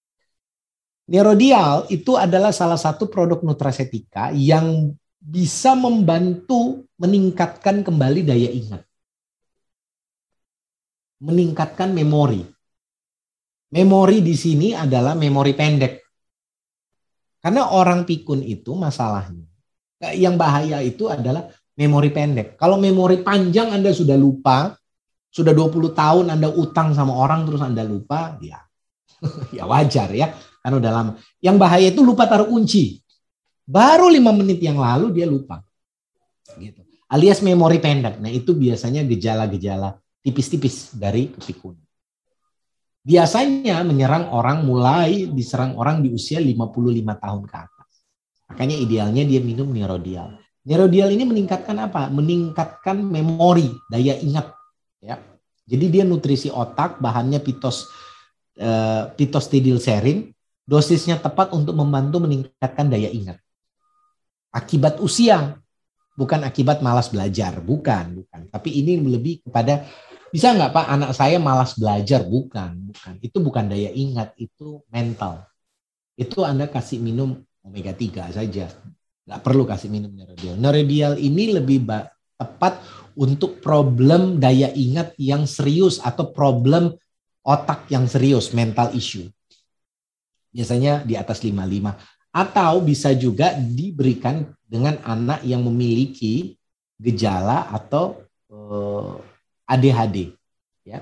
Neurodial itu adalah salah satu produk nutracetika yang bisa membantu meningkatkan kembali daya ingat, meningkatkan memori. Memori di sini adalah memori pendek. Karena orang pikun itu masalahnya. Yang bahaya itu adalah memori pendek. Kalau memori panjang Anda sudah lupa, sudah dua puluh tahun Anda utang sama orang terus Anda lupa, ya, ya wajar ya. Kan udah lama. Yang bahaya itu lupa taruh kunci. Baru lima menit yang lalu dia lupa. Gitu. Alias memori pendek. Nah itu biasanya gejala-gejala tipis-tipis dari kepikunan. Biasanya menyerang orang mulai diserang orang di usia lima puluh lima tahun ke atas. Makanya idealnya dia minum Neurodial. Neurodial ini meningkatkan apa? Meningkatkan memori, daya ingat. Ya. Jadi dia nutrisi otak, bahannya pitos, eh, pitostidilserin. Dosisnya tepat untuk membantu meningkatkan daya ingat. Akibat usia, bukan akibat malas belajar. Bukan, bukan. Tapi ini lebih kepada bisa nggak Pak anak saya malas belajar? Bukan, bukan. Itu bukan daya ingat, itu mental. Itu Anda kasih minum omega tiga saja. Nggak perlu kasih minum Neurodial. Neurodial ini lebih tepat untuk problem daya ingat yang serius atau problem otak yang serius, mental issue. Biasanya di atas lima puluh lima. Atau bisa juga diberikan dengan anak yang memiliki gejala atau eh, A D H D, ya.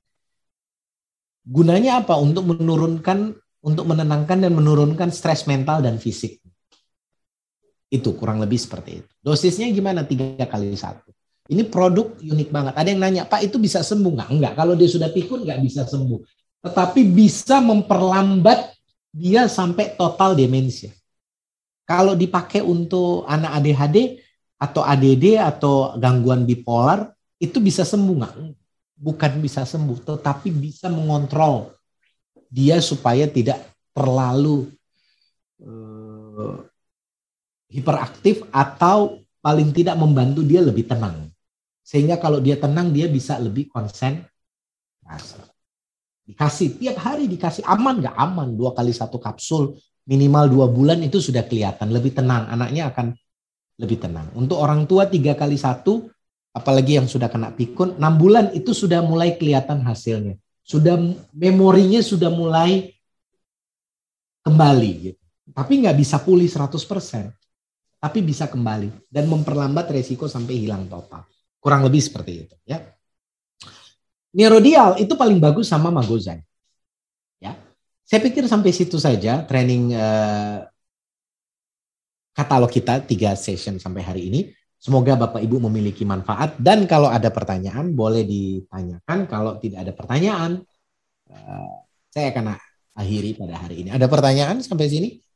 Gunanya apa? Untuk menurunkan, untuk menenangkan dan menurunkan stres mental dan fisik. Itu kurang lebih seperti itu. Dosisnya gimana? Tiga kali satu. Ini produk unik banget. Ada yang nanya, Pak itu bisa sembuh nggak? Enggak. Kalau dia sudah pikun nggak bisa sembuh. Tetapi bisa memperlambat dia sampai total demensia. Kalau dipakai untuk anak A D H D atau A D D atau gangguan bipolar, itu bisa sembuh nggak? Bukan bisa sembuh, tetapi bisa mengontrol dia supaya tidak terlalu uh, hiperaktif atau paling tidak membantu dia lebih tenang. Sehingga kalau dia tenang dia bisa lebih konsentrasi. Dikasih tiap hari dikasih aman nggak aman dua kali satu kapsul minimal dua bulan itu sudah kelihatan lebih tenang, anaknya akan lebih tenang. Untuk orang tua tiga kali satu apalagi yang sudah kena pikun enam bulan itu sudah mulai kelihatan hasilnya, sudah memorinya sudah mulai kembali gitu. Tapi nggak bisa pulih seratus persen. Tapi bisa kembali dan memperlambat resiko sampai hilang total. Kurang lebih seperti itu ya. Neurodial itu paling bagus sama Magozyme. Ya. Saya pikir sampai situ saja training eh, katalog kita tiga session sampai hari ini. Semoga Bapak Ibu memiliki manfaat dan kalau ada pertanyaan boleh ditanyakan. Kalau tidak ada pertanyaan eh, saya akan akhiri pada hari ini. Ada pertanyaan sampai sini?